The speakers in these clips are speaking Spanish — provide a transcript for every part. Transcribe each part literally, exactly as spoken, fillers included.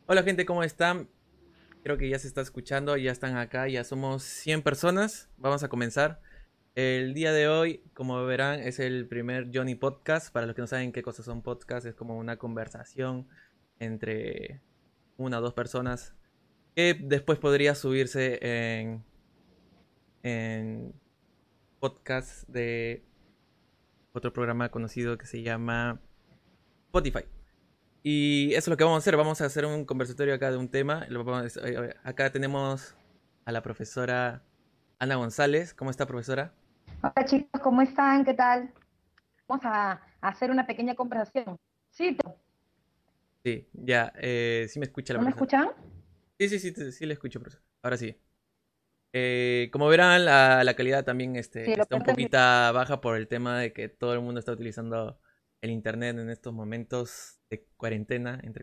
Hola gente, ¿cómo están? Creo que ya se está escuchando, ya están acá, ya somos cien personas. Vamos a comenzar. El día de hoy, como verán, es el primer Johnny Podcast. Para los que no saben qué cosas son podcasts, es como una conversación entre una o dos personas que después podría subirse en, en podcast de otro programa conocido que se llama Spotify. Y eso es lo que vamos a hacer. Vamos a hacer un conversatorio acá de un tema. Lo vamos a- eh, Acá tenemos a la profesora Ana González. ¿Cómo está, profesora? Hola chicos, ¿cómo están? ¿Qué tal? Vamos a, a hacer una pequeña conversación. Sí, Sí, ya. Eh, sí me escucha la ¿no me profesora. escuchan? Sí, sí, sí, sí, sí le escucho, profesora. Ahora sí. Eh, como verán, la, la calidad también Sí, este, lo está un peor es poquito baja por el tema de que todo el mundo está utilizando el internet en estos momentos de cuarentena. Entre...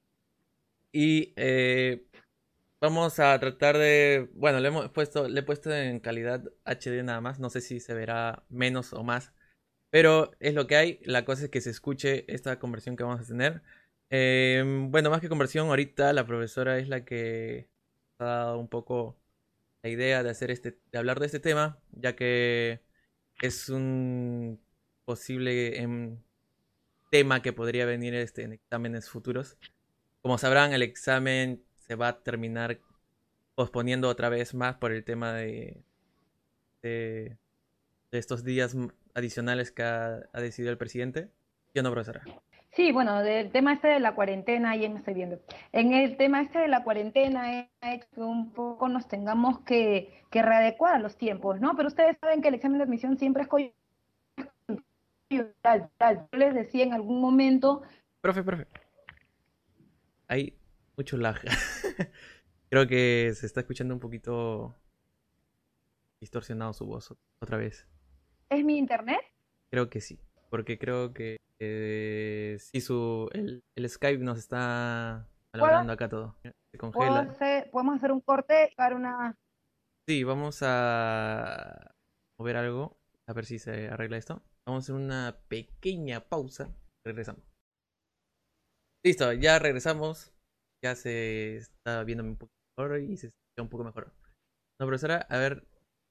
Y eh, vamos a tratar de... Bueno, le hemos puesto, le he puesto en calidad H D nada más. No sé si se verá menos o más. Pero es lo que hay. La cosa es que se escuche esta conversión que vamos a tener. Eh, bueno, más que conversión, ahorita la profesora es la que ha dado un poco la idea de hacer este, de hablar de este tema, ya que es un posible em, tema que podría venir este, en exámenes futuros. Como sabrán, el examen se va a terminar posponiendo otra vez más por el tema de, de, de estos días adicionales que ha, ha decidido el presidente. Yo no, profesora. Sí, bueno, del tema este de la cuarentena, ya me estoy viendo. En el tema este de la cuarentena ha hecho que un poco nos tengamos que, que readecuar a los tiempos, ¿no? Pero ustedes saben que el examen de admisión siempre es coyuntural. Tal. Yo les decía en algún momento. Profe, profe, hay mucho lag. Creo que se está escuchando un poquito distorsionado su voz otra vez. ¿Es mi internet? Creo que sí, porque creo que eh, sí, su, el, el Skype nos está ¿Puedo, malogrando acá todo. Se puedo congela. hacer, podemos hacer un corte y dar una... Sí, vamos a mover algo, a ver si se arregla esto. Vamos a hacer una pequeña pausa. Regresamos. Listo, ya regresamos. Ya se está viendo un poco mejor y se escucha un poco mejor. No, profesora, a ver,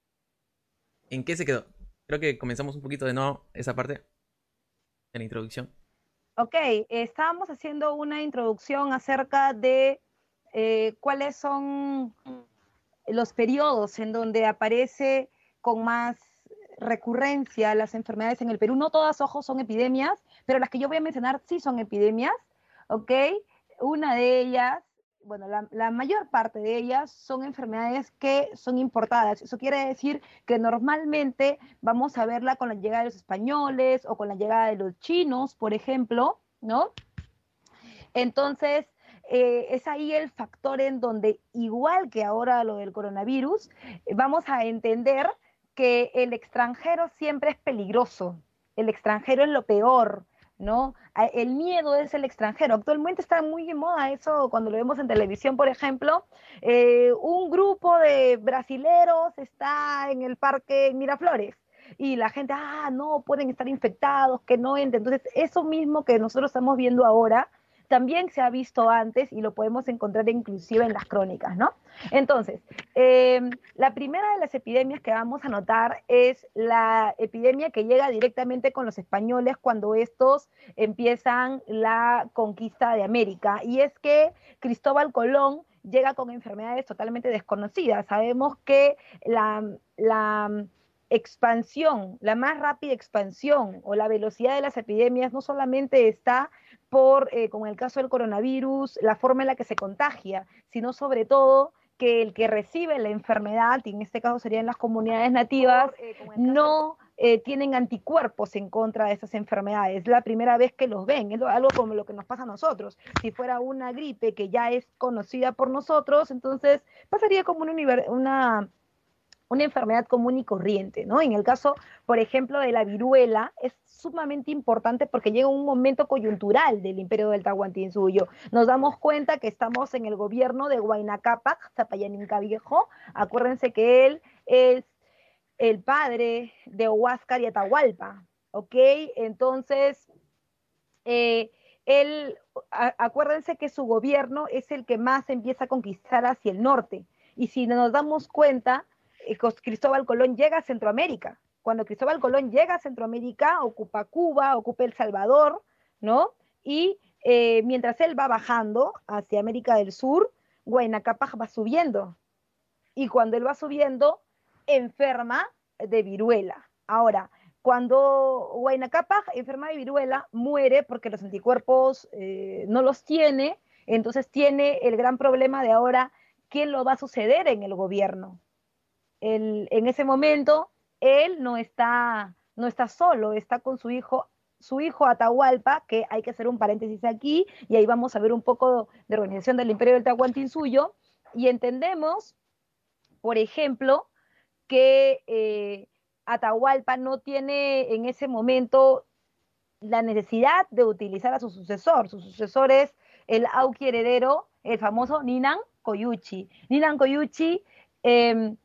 ¿en qué se quedó? Creo que comenzamos un poquito de nuevo esa parte de la introducción. Ok, eh, estábamos haciendo una introducción acerca de eh, cuáles son los periodos en donde aparece con más recurrencia las enfermedades en el Perú. No todas, ojo, son epidemias, pero las que yo voy a mencionar sí son epidemias, ¿ok? Una de ellas, bueno, la, la mayor parte de ellas son enfermedades que son importadas. Eso quiere decir que normalmente vamos a verla con la llegada de los españoles o con la llegada de los chinos, por ejemplo, ¿no? Entonces, eh, es ahí el factor en donde, igual que ahora lo del coronavirus, eh, vamos a entender que el extranjero siempre es peligroso, el extranjero es lo peor, ¿no? El miedo es el extranjero. Actualmente está muy en moda eso cuando lo vemos en televisión, por ejemplo. Eh, un grupo de brasileros está en el parque Miraflores y la gente, ah, no, pueden estar infectados, que no entren. Entonces, eso mismo que nosotros estamos viendo ahora, también se ha visto antes y lo podemos encontrar inclusive en las crónicas, ¿no? Entonces, eh, la primera de las epidemias que vamos a notar es la epidemia que llega directamente con los españoles cuando estos empiezan la conquista de América. Y es que Cristóbal Colón llega con enfermedades totalmente desconocidas. Sabemos que la, la expansión, la más rápida expansión o la velocidad de las epidemias no solamente está por, eh, como en el caso del coronavirus, la forma en la que se contagia, sino sobre todo que el que recibe la enfermedad, y en este caso serían las comunidades nativas, por, eh, no eh, tienen anticuerpos en contra de esas enfermedades. Es la primera vez que los ven, es algo como lo que nos pasa a nosotros. Si fuera una gripe que ya es conocida por nosotros, entonces pasaría como una, una una enfermedad común y corriente, ¿no? En el caso, por ejemplo, de la viruela, es sumamente importante porque llega un momento coyuntural del imperio del Tahuantinsuyo. Nos damos cuenta que estamos en el gobierno de Huayna Cápac, Zapayaninca Viejo. Acuérdense que él es el padre de Huáscar y Atahualpa, ¿ok? Entonces, eh, él, a, acuérdense que su gobierno es el que más empieza a conquistar hacia el norte. Y si nos damos cuenta, eh, Cristóbal Colón llega a Centroamérica. Cuando Cristóbal Colón llega a Centroamérica, ocupa Cuba, ocupa El Salvador, ¿no? Y eh, mientras él va bajando hacia América del Sur, Huayna Cápac va subiendo. Y cuando él va subiendo, enferma de viruela. Ahora, cuando Huayna Cápac enferma de viruela, muere porque los anticuerpos eh, no los tiene, entonces tiene el gran problema de ahora, ¿quién lo va a suceder en el gobierno? El, en ese momento, él no está, no está solo, está con su hijo, su hijo Atahualpa, que hay que hacer un paréntesis aquí, y ahí vamos a ver un poco de organización del Imperio del Tahuantinsuyo, y entendemos, por ejemplo, que eh, Atahualpa no tiene en ese momento la necesidad de utilizar a su sucesor. Su sucesor es el Auqui heredero, el famoso Ninan Coyuchi. Ninan Coyuchi eh,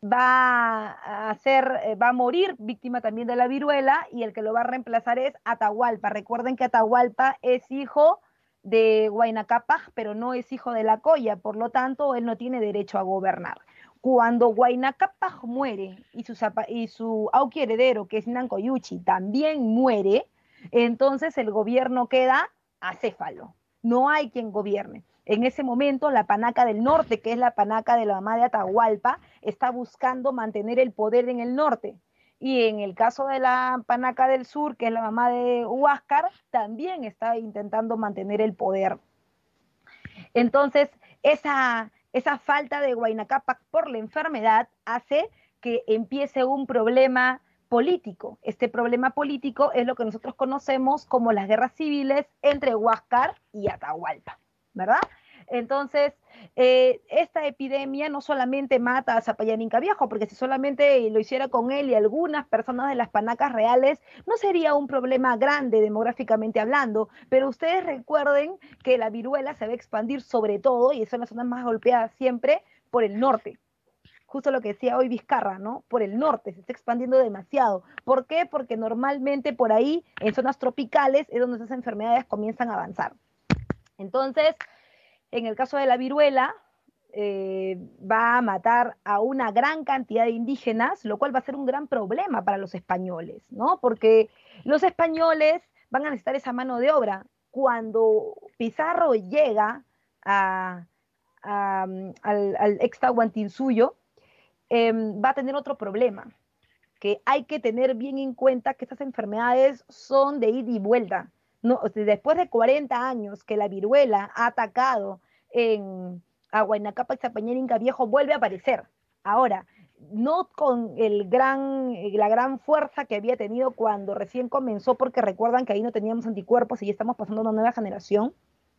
va a ser, eh, va a morir víctima también de la viruela y el que lo va a reemplazar es Atahualpa. Recuerden que Atahualpa es hijo de Huayna Cápac, pero no es hijo de la Colla, por lo tanto, él no tiene derecho a gobernar. Cuando Huayna Cápac muere y su, y su Auqui heredero, que es Ninan Coyuchi, también muere, entonces el gobierno queda acéfalo. No hay quien gobierne. En ese momento, la panaca del norte, que es la panaca de la mamá de Atahualpa, está buscando mantener el poder en el norte. Y en el caso de la panaca del sur, que es la mamá de Huáscar, también está intentando mantener el poder. Entonces, esa, esa falta de Huayna Cápac por la enfermedad hace que empiece un problema político. Este problema político es lo que nosotros conocemos como las guerras civiles entre Huáscar y Atahualpa, ¿verdad? Entonces, eh, esta epidemia no solamente mata a Zapayán Inca Viejo, porque si solamente lo hiciera con él y algunas personas de las panacas reales, no sería un problema grande demográficamente hablando, pero ustedes recuerden que la viruela se va a expandir sobre todo, y son las zonas más golpeadas siempre, por el norte. Justo lo que decía hoy Vizcarra, ¿no? Por el norte, se está expandiendo demasiado. ¿Por qué? Porque normalmente por ahí, en zonas tropicales, es donde esas enfermedades comienzan a avanzar. Entonces, en el caso de la viruela, eh, va a matar a una gran cantidad de indígenas, lo cual va a ser un gran problema para los españoles, ¿no? Porque los españoles van a necesitar esa mano de obra. Cuando Pizarro llega a, a, al, al Extahuantinsuyo, eh, va a tener otro problema, que hay que tener bien en cuenta que estas enfermedades son de ida y vuelta. No, o sea, después de cuarenta años que la viruela ha atacado en a Huayna Cápac y Zapayán Inca Viejo, vuelve a aparecer. Ahora, no con el gran, la gran fuerza que había tenido cuando recién comenzó, porque recuerdan que ahí no teníamos anticuerpos y ya estamos pasando a una nueva generación,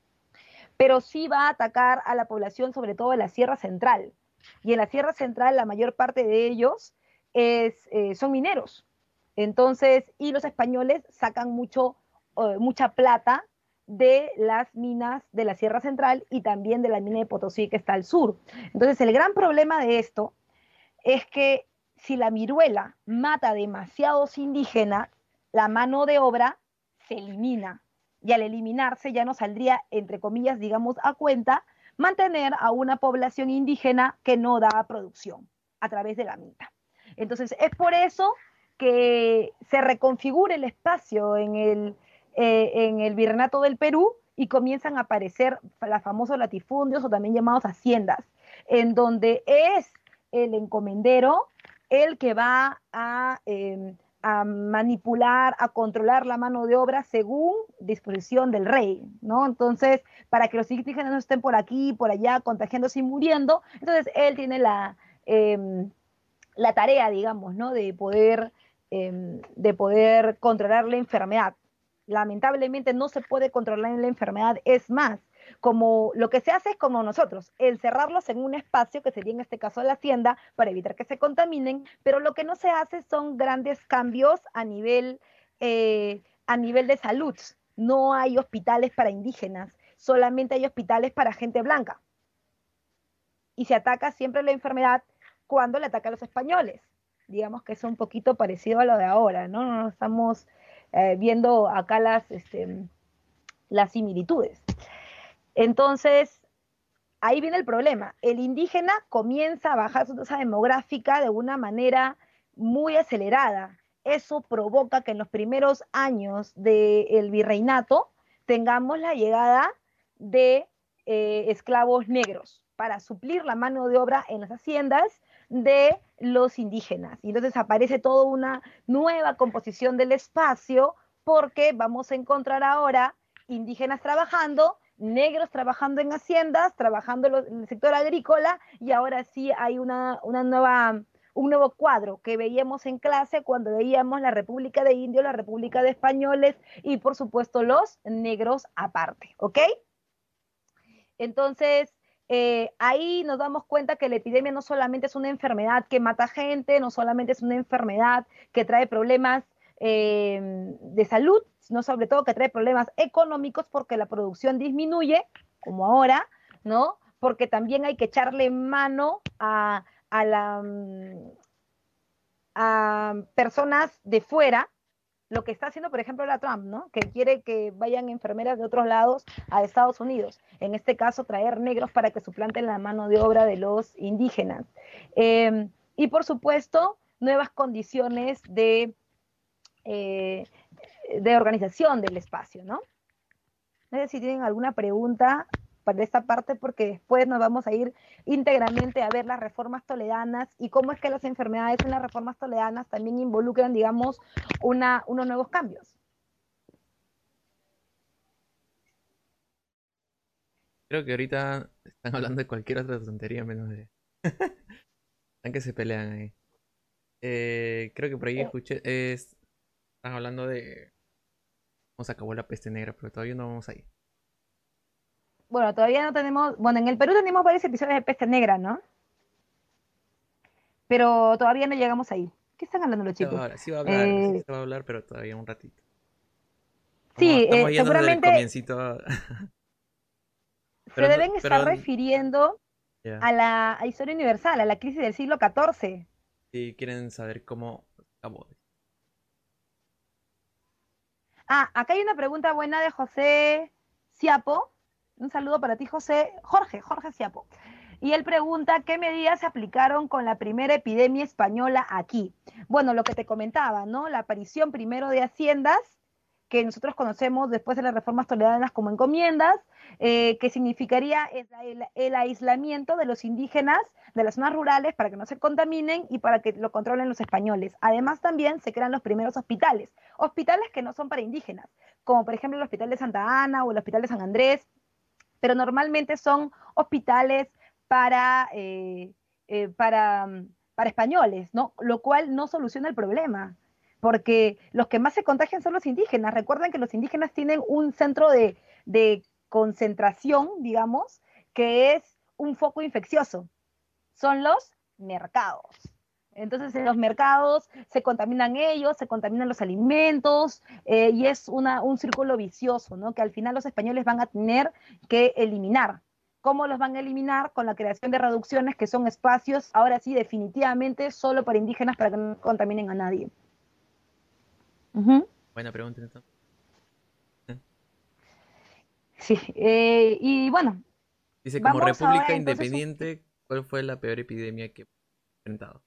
pero sí va a atacar a la población, sobre todo en la Sierra Central. Y en la Sierra Central la mayor parte de ellos es, eh, son mineros. Entonces, y los españoles sacan mucho, uh, mucha plata de las minas de la Sierra Central y también de la mina de Potosí que está al sur. Entonces, el gran problema de esto es que si la viruela mata demasiados indígenas, la mano de obra se elimina. Y al eliminarse ya no saldría, entre comillas, digamos, a cuenta mantener a una población indígena que no da producción a través de la mina. Entonces, es por eso que se reconfigura el espacio en el, eh, en el Virreinato del Perú y comienzan a aparecer los famosos latifundios o también llamados haciendas, en donde es el encomendero el que va a, eh, a manipular, a controlar la mano de obra según disposición del rey, ¿no? Entonces, para que los indígenas no estén por aquí, por allá, contagiándose y muriendo, entonces él tiene la, eh, la tarea, digamos, ¿no? De poder, eh, de poder controlar la enfermedad. Lamentablemente no se puede controlar la enfermedad, es más, como lo que se hace es como nosotros, encerrarlos en un espacio, que sería en este caso la hacienda, para evitar que se contaminen, pero lo que no se hace son grandes cambios a nivel, eh, a nivel de salud. No hay hospitales para indígenas, solamente hay hospitales para gente blanca. Y se ataca siempre la enfermedad cuando le ataca a los españoles. Digamos que es un poquito parecido a lo de ahora, ¿no? No estamos eh, viendo acá las... Este, las similitudes. Entonces, ahí viene el problema. El indígena comienza a bajar su tasa demográfica de una manera muy acelerada. Eso provoca que en los primeros años del virreinato tengamos la llegada de eh, esclavos negros para suplir la mano de obra en las haciendas de los indígenas. Y entonces aparece toda una nueva composición del espacio porque vamos a encontrar ahora indígenas trabajando, negros trabajando en haciendas, trabajando en el sector agrícola, y ahora sí hay una, una nueva, un nuevo cuadro que veíamos en clase cuando veíamos la República de Indios, la República de Españoles y por supuesto los negros aparte, ¿ok? Entonces, eh, ahí nos damos cuenta que la epidemia no solamente es una enfermedad que mata gente, no solamente es una enfermedad que trae problemas eh, de salud, sino sobre todo que trae problemas económicos porque la producción disminuye, como ahora, ¿no? Porque también hay que echarle mano a, a, la, a personas de fuera, lo que está haciendo, por ejemplo, la Trump, ¿no? Que quiere que vayan enfermeras de otros lados a Estados Unidos. En este caso, traer negros para que suplanten la mano de obra de los indígenas. Eh, y, por supuesto, nuevas condiciones de, eh, de organización del espacio, ¿no? No sé si tienen alguna pregunta para esta parte, porque después nos vamos a ir íntegramente a ver las reformas toledanas y cómo es que las enfermedades en las reformas toledanas también involucran, digamos, una, unos nuevos cambios. Creo que ahorita están hablando de cualquier otra tontería menos de... Están que se pelean ahí. Eh, creo que por ahí Eh, escuché... eh, están hablando de... cómo se acabó la peste negra, pero todavía no vamos ahí. bueno, todavía no tenemos, bueno, en el Perú tenemos varios episodios de peste negra, ¿no? Pero todavía no llegamos ahí. ¿Qué están hablando los chicos? Ahora sí va a hablar, sí Eh, se va a hablar, pero todavía un ratito. Estamos, sí, estamos eh, yendo desde el seguramente comiencito. a- se Pero no, deben estar pero refiriendo ya. a la a historia universal, a la crisis del siglo catorce. Si quieren saber cómo acabó. Ah, acá hay una pregunta buena de José Ciapo. Un saludo para ti, José. Jorge, Jorge Ciapo. Y él pregunta, ¿qué medidas se aplicaron con la primera epidemia española aquí? Bueno, lo que te comentaba, ¿no? La aparición primero de haciendas, que nosotros conocemos después de las reformas toledanas como encomiendas, eh, que significaría el, el, el aislamiento de los indígenas de las zonas rurales para que no se contaminen y para que lo controlen los españoles. Además, también se crean los primeros hospitales, hospitales que no son para indígenas, como por ejemplo el Hospital de Santa Ana o el Hospital de San Andrés, pero normalmente son hospitales para, eh, eh, para, para españoles, ¿no? Lo cual no soluciona el problema, porque los que más se contagian son los indígenas. Recuerden que los indígenas tienen un centro de, de concentración, digamos, que es un foco infeccioso. Son los mercados. Entonces en los mercados se contaminan ellos, se contaminan los alimentos eh, y es una, un círculo vicioso, ¿no? Que al final los españoles van a tener que eliminar. ¿Cómo los van a eliminar? Con la creación de reducciones que son espacios, ahora sí, definitivamente solo para indígenas para que no contaminen a nadie. Uh -huh. Buena pregunta entonces. Sí, eh, y bueno, Dice, como vamos república ahora entonces un independiente, ¿cuál fue la peor epidemia que he enfrentado?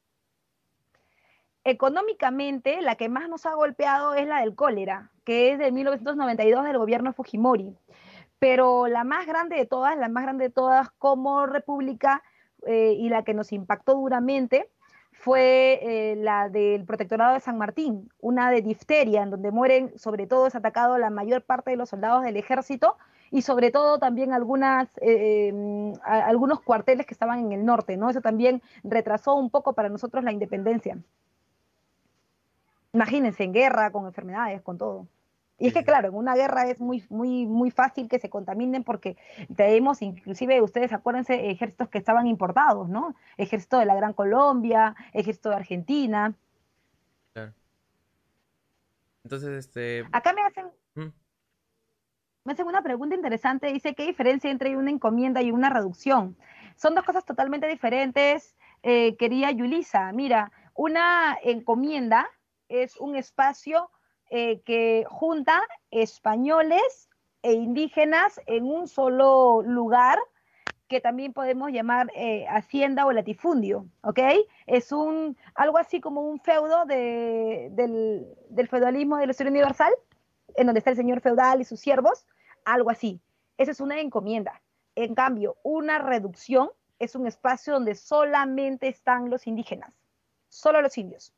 económicamente, la que más nos ha golpeado es la del cólera, que es de mil novecientos noventa y dos del gobierno Fujimori. Pero la más grande de todas, la más grande de todas como república eh, y la que nos impactó duramente fue eh, la del protectorado de San Martín, una de difteria, en donde mueren, sobre todo es atacado la mayor parte de los soldados del ejército y sobre todo también algunas, eh, eh, algunos cuarteles que estaban en el norte, ¿no? Eso también retrasó un poco para nosotros la independencia. Imagínense, en guerra, con enfermedades, con todo. Y es Sí, que, sí. claro, en una guerra es muy, muy, muy fácil que se contaminen porque tenemos, inclusive, ustedes acuérdense, ejércitos que estaban importados, ¿no? Ejército de la Gran Colombia, ejército de Argentina. Claro. Entonces, este... Acá me hacen, ¿Mm? me hacen una pregunta interesante, dice, ¿qué diferencia entre una encomienda y una reducción? Son dos cosas totalmente diferentes, eh, querida Yulisa. Mira, una encomienda es un espacio eh, que junta españoles e indígenas en un solo lugar, que también podemos llamar eh, hacienda o latifundio, ¿ok? Es un, algo así como un feudo de, del, del feudalismo de la historia universal, en donde está el señor feudal y sus siervos, algo así. Eso es una encomienda. En cambio, una reducción es un espacio donde solamente están los indígenas, solo los indios.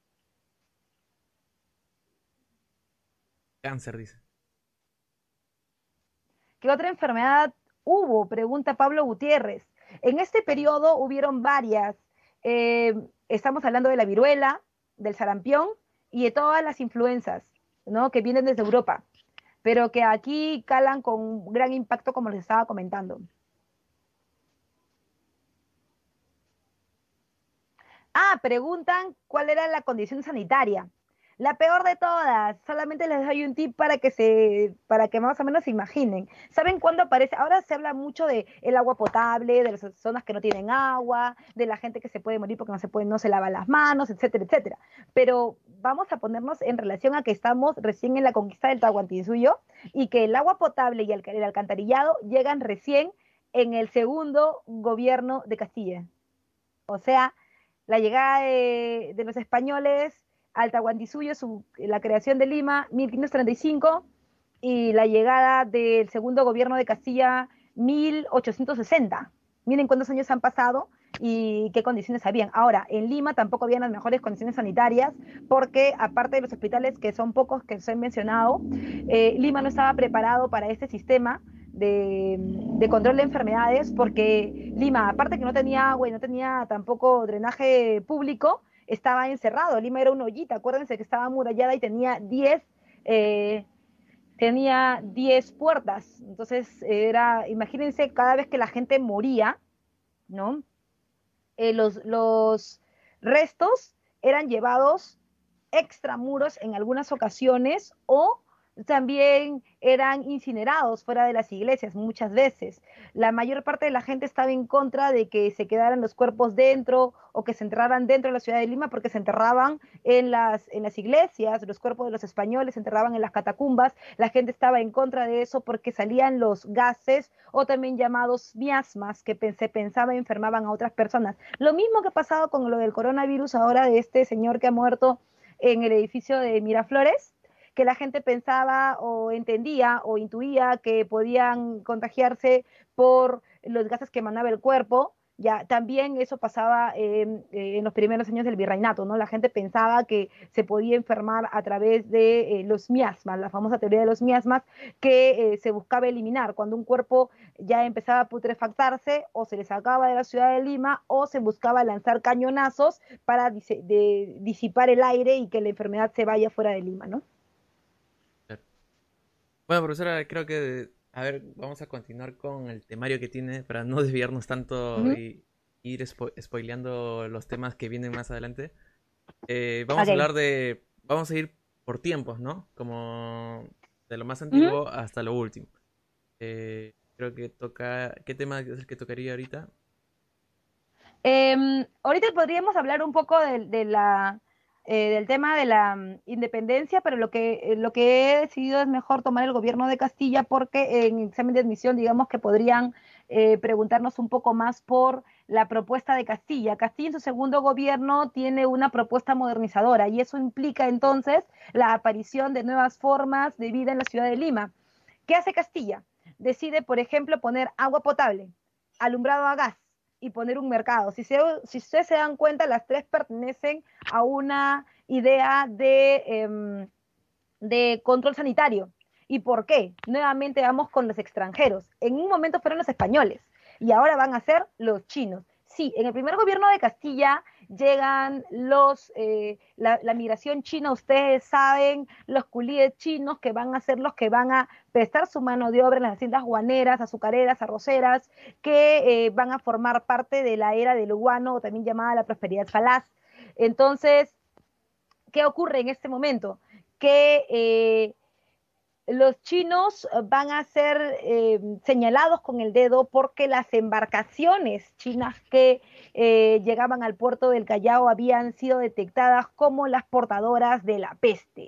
Cáncer, dice. ¿Qué otra enfermedad hubo? Pregunta Pablo Gutiérrez. En este periodo hubieron varias. Eh, estamos hablando de la viruela, del sarampión y de todas las influencias, ¿no? Que vienen desde Europa, pero que aquí calan con gran impacto, como les estaba comentando. Ah, preguntan cuál era la condición sanitaria. La peor de todas. Solamente les doy un tip para que se, para que más o menos se imaginen. ¿Saben cuándo aparece? Ahora se habla mucho de el agua potable, de las zonas que no tienen agua, de la gente que se puede morir porque no se puede, no se lava las manos, etcétera, etcétera. Pero vamos a ponernos en relación a que estamos recién en la conquista del Tahuantinsuyo y que el agua potable y el, el alcantarillado llegan recién en el segundo gobierno de Castilla. O sea, la llegada de, de los españoles al Tahuantinsuyo, su, la creación de Lima, mil quinientos treinta y cinco, y la llegada del segundo gobierno de Castilla, mil ochocientos sesenta. Miren cuántos años han pasado y qué condiciones habían. Ahora, en Lima tampoco habían las mejores condiciones sanitarias, porque aparte de los hospitales, que son pocos que se han mencionado, eh, Lima no estaba preparado para este sistema de, de, control de enfermedades, porque Lima, aparte que no tenía agua y no tenía tampoco drenaje público, estaba encerrado. Lima era una ollita, acuérdense que estaba amurallada y tenía diez eh, tenía diez puertas. Entonces era, imagínense, cada vez que la gente moría, ¿no? Eh, los, los restos eran llevados extramuros en algunas ocasiones, o también eran incinerados fuera de las iglesias muchas veces. La mayor parte de la gente estaba en contra de que se quedaran los cuerpos dentro o que se enterraran dentro de la ciudad de Lima, porque se enterraban en las, en las iglesias, los cuerpos de los españoles se enterraban en las catacumbas. La gente estaba en contra de eso porque salían los gases, o también llamados miasmas, que se pensaba enfermaban a otras personas. Lo mismo que ha pasado con lo del coronavirus ahora, de este señor que ha muerto en el edificio de Miraflores, que la gente pensaba o entendía o intuía que podían contagiarse por los gases que emanaba el cuerpo. Ya también eso pasaba eh, eh, en los primeros años del virreinato, ¿no? La gente pensaba que se podía enfermar a través de eh, los miasmas, la famosa teoría de los miasmas, que eh, se buscaba eliminar cuando un cuerpo ya empezaba a putrefactarse, o se le sacaba de la ciudad de Lima, o se buscaba lanzar cañonazos para dis- de, disipar el aire y que la enfermedad se vaya fuera de Lima, ¿no? Bueno, profesora, creo que, a ver, vamos a continuar con el temario que tiene para no desviarnos Uh tanto -huh. y ir spo spoileando los temas que vienen más adelante. Eh, vamos a Okay. hablar de, vamos a ir por tiempos, ¿no? Como de lo más Uh -huh. antiguo hasta lo último. Eh, creo que toca, ¿qué tema es el que tocaría ahorita? Eh, ahorita podríamos hablar un poco de, de la, eh, del tema de la um, independencia, pero lo que, eh, lo que he decidido es mejor tomar el gobierno de Castilla, porque en examen de admisión, digamos que podrían eh, preguntarnos un poco más por la propuesta de Castilla. Castilla en su segundo gobierno tiene una propuesta modernizadora, y eso implica entonces la aparición de nuevas formas de vida en la ciudad de Lima. ¿Qué hace Castilla? Decide, por ejemplo, poner agua potable, alumbrado a gas y poner un mercado. Si, se, si ustedes se dan cuenta, las tres pertenecen a una idea de, eh, de control sanitario. ¿Y por qué? Nuevamente vamos con los extranjeros. En un momento fueron los españoles y ahora van a ser los chinos. Sí, en el primer gobierno de Castilla llegan los, eh, la, la, migración china, ustedes saben, los culíes chinos, que van a ser los que van a prestar su mano de obra en las haciendas guaneras, azucareras, arroceras, que eh, van a formar parte de la era del guano, o también llamada la prosperidad falaz. Entonces, ¿qué ocurre en este momento? Que eh, los chinos van a ser eh, señalados con el dedo porque las embarcaciones chinas que eh, llegaban al puerto del Callao habían sido detectadas como las portadoras de la peste.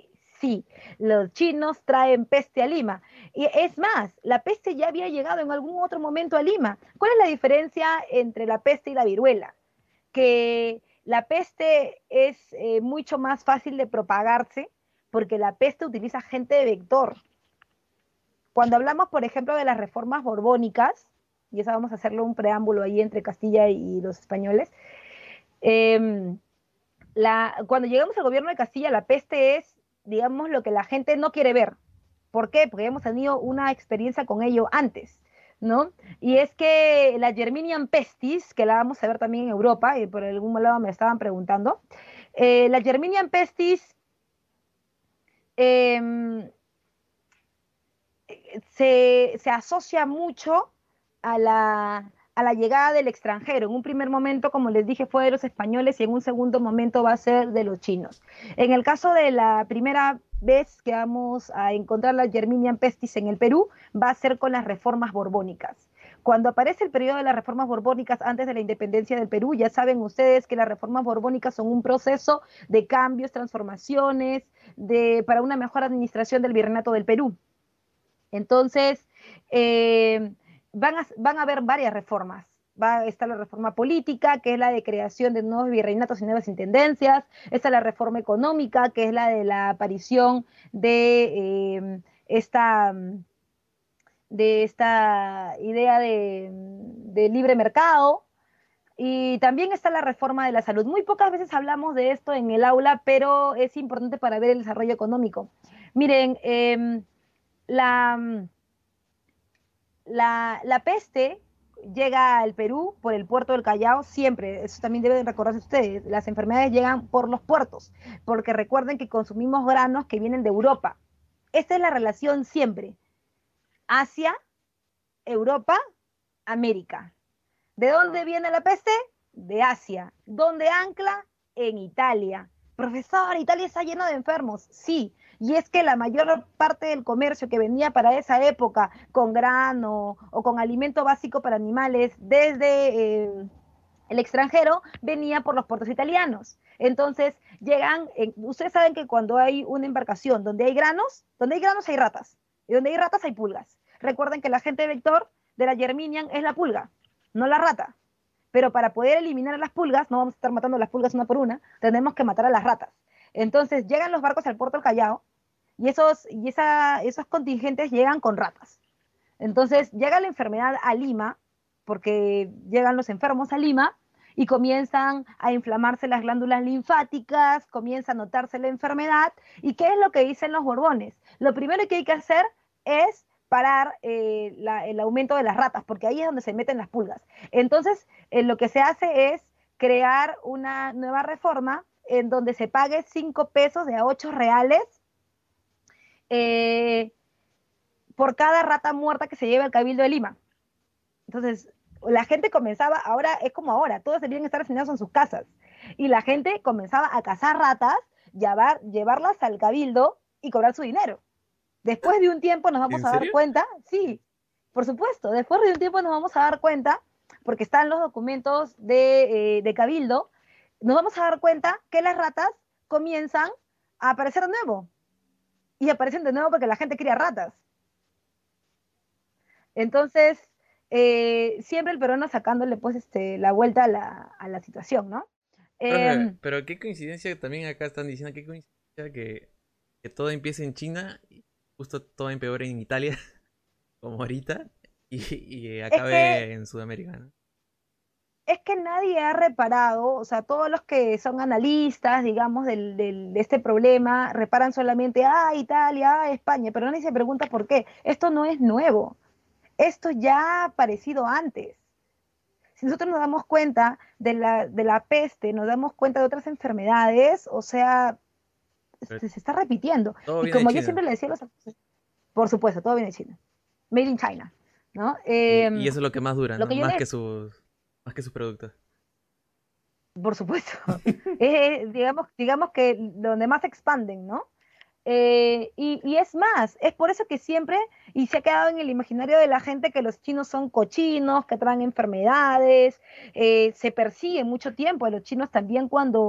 Sí, los chinos traen peste a Lima. Y es más, la peste ya había llegado en algún otro momento a Lima. ¿Cuál es la diferencia entre la peste y la viruela? Que la peste es eh, mucho más fácil de propagarse porque la peste utiliza agente de vector. Cuando hablamos, por ejemplo, de las reformas borbónicas, y eso vamos a hacerle un preámbulo ahí entre Castilla y los españoles, eh, la, cuando llegamos al gobierno de Castilla, la peste es, digamos, lo que la gente no quiere ver. ¿Por qué? Porque hemos tenido una experiencia con ello antes, ¿no? Y es que la Germinian pestis, que la vamos a ver también en Europa, y por algún lado me estaban preguntando, eh, la Germinian pestis eh, se, se asocia mucho a la, a la llegada del extranjero. En un primer momento, como les dije, fue de los españoles y en un segundo momento va a ser de los chinos. En el caso de la primera vez que vamos a encontrar la Germinian pestis en el Perú, va a ser con las reformas borbónicas. Cuando aparece el periodo de las reformas borbónicas antes de la independencia del Perú, ya saben ustedes que las reformas borbónicas son un proceso de cambios, transformaciones, de, para una mejor administración del virreinato del Perú. Entonces, eh, van, a, van a haber varias reformas. Va a estar la reforma política, que es la de creación de nuevos virreinatos y nuevas intendencias. Está la reforma económica, que es la de la aparición de, eh, esta, de esta idea de, de libre mercado. Y también está la reforma de la salud. Muy pocas veces hablamos de esto en el aula, pero es importante para ver el desarrollo económico. Miren, eh, la, la, la peste llega al Perú por el puerto del Callao siempre, eso también deben recordarse ustedes, las enfermedades llegan por los puertos, porque recuerden que consumimos granos que vienen de Europa. Esta es la relación siempre, Asia, Europa, América. ¿De dónde viene la peste? De Asia. ¿Dónde ancla? En Italia. Profesor, Italia está lleno de enfermos. Sí, y es que la mayor parte del comercio que venía para esa época con grano o con alimento básico para animales desde eh, el extranjero venía por los puertos italianos. Entonces llegan, eh, ustedes saben que cuando hay una embarcación donde hay granos, donde hay granos hay ratas, y donde hay ratas hay pulgas. Recuerden que el agente vector de la Germinian es la pulga, no la rata. Pero para poder eliminar a las pulgas, no vamos a estar matando a las pulgas una por una, tenemos que matar a las ratas. Entonces llegan los barcos al puerto del Callao y esos, y esa, esos contingentes llegan con ratas. Entonces llega la enfermedad a Lima, porque llegan los enfermos a Lima y comienzan a inflamarse las glándulas linfáticas, comienza a notarse la enfermedad. ¿Y qué es lo que dicen los Borbones? Lo primero que hay que hacer es parar eh, la, el aumento de las ratas, porque ahí es donde se meten las pulgas. Entonces, eh, lo que se hace es crear una nueva reforma en donde se pague cinco pesos de a ocho reales eh, por cada rata muerta que se lleve al Cabildo de Lima. Entonces, la gente comenzaba, ahora es como ahora, todos deberían estar asignados en sus casas, y la gente comenzaba a cazar ratas, llevar, llevarlas al Cabildo y cobrar su dinero. Después de un tiempo nos vamos ¿En a dar serio? cuenta, sí, por supuesto, después de un tiempo nos vamos a dar cuenta, porque están los documentos de, eh, de Cabildo, nos vamos a dar cuenta que las ratas comienzan a aparecer de nuevo. Y aparecen de nuevo porque la gente cría ratas. Entonces, eh, siempre el peruano sacándole pues este, la vuelta a la, a la situación, ¿no? Profe, Eh, pero qué coincidencia que también acá están diciendo, qué coincidencia que, que todo empiece en China y justo todo empeore en Italia, como ahorita, y, y es que acabe en Sudamérica, ¿no? es que nadie ha reparado, o sea, todos los que son analistas, digamos, del, del- de este problema, reparan solamente, ah, Italia, ah, España, pero nadie se pregunta por qué. Esto no es nuevo, esto ya ha aparecido antes. Si nosotros nos damos cuenta de la, de la peste, nos damos cuenta de otras enfermedades, o sea, Pero se, se está repitiendo. todo Y viene de como yo China. siempre le decía a los... Por supuesto, todo viene de China. Made in China, ¿no? Y, Eh, y eso es lo que más dura, lo ¿no? que yo Más les que sus, más que sus productos. Por supuesto. Eh, digamos, digamos que donde más se expanden, ¿no? Eh, y, y es más, es por eso que siempre, y se ha quedado en el imaginario de la gente que los chinos son cochinos, que traen enfermedades, eh, se persigue mucho tiempo a los chinos también cuando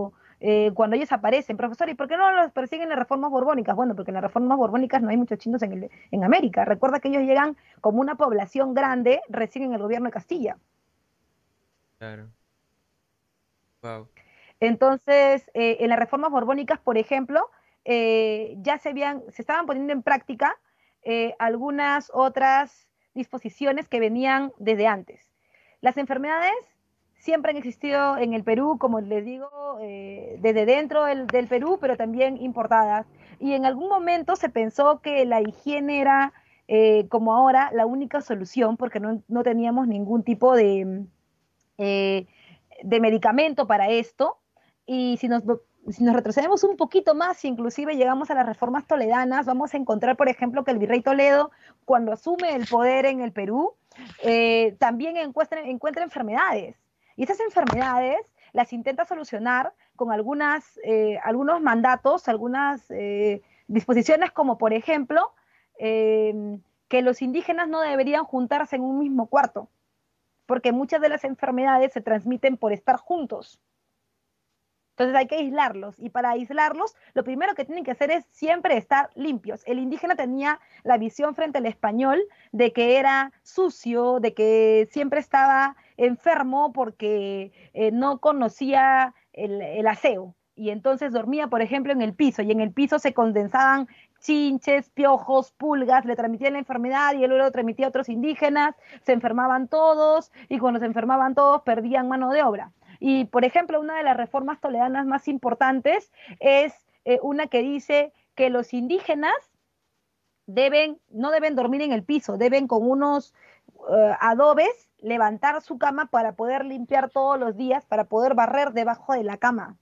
eh, cuando ellos aparecen. Profesor, ¿y por qué no los persiguen las reformas borbónicas? Bueno, porque en las reformas borbónicas no hay muchos chinos en, el- en América. Recuerda que ellos llegan como una población grande recién en el gobierno de Castilla. Claro. Wow. Entonces, eh, en las reformas borbónicas, por ejemplo, eh, ya se, habían, se estaban poniendo en práctica eh, algunas otras disposiciones que venían desde antes. Las enfermedades siempre han existido en el Perú, como les digo, eh, desde dentro del, del Perú, pero también importadas. Y en algún momento se pensó que la higiene era, eh, como ahora, la única solución, porque no, no teníamos ningún tipo de, eh, de medicamento para esto. Y si nos, si nos retrocedemos un poquito más, inclusive llegamos a las reformas toledanas, vamos a encontrar, por ejemplo, que el virrey Toledo, cuando asume el poder en el Perú, eh, también encuentra, encuentra enfermedades. Y esas enfermedades las intenta solucionar con algunas, eh, algunos mandatos, algunas eh, disposiciones, como por ejemplo, eh, que los indígenas no deberían juntarse en un mismo cuarto, porque muchas de las enfermedades se transmiten por estar juntos. Entonces hay que aislarlos, y para aislarlos lo primero que tienen que hacer es siempre estar limpios. El indígena tenía la visión frente al español de que era sucio, de que siempre estaba enfermo porque eh, no conocía el, el aseo, y entonces dormía, por ejemplo, en el piso, y en el piso se condensaban chinches, piojos, pulgas, le transmitían la enfermedad y él lo transmitía a otros indígenas, se enfermaban todos, y cuando se enfermaban todos perdían mano de obra. Y, por ejemplo, una de las reformas toledanas más importantes es eh, una que dice que los indígenas deben, no deben dormir en el piso, deben con unos uh, adobes levantar su cama para poder limpiar todos los días, para poder barrer debajo de la cama,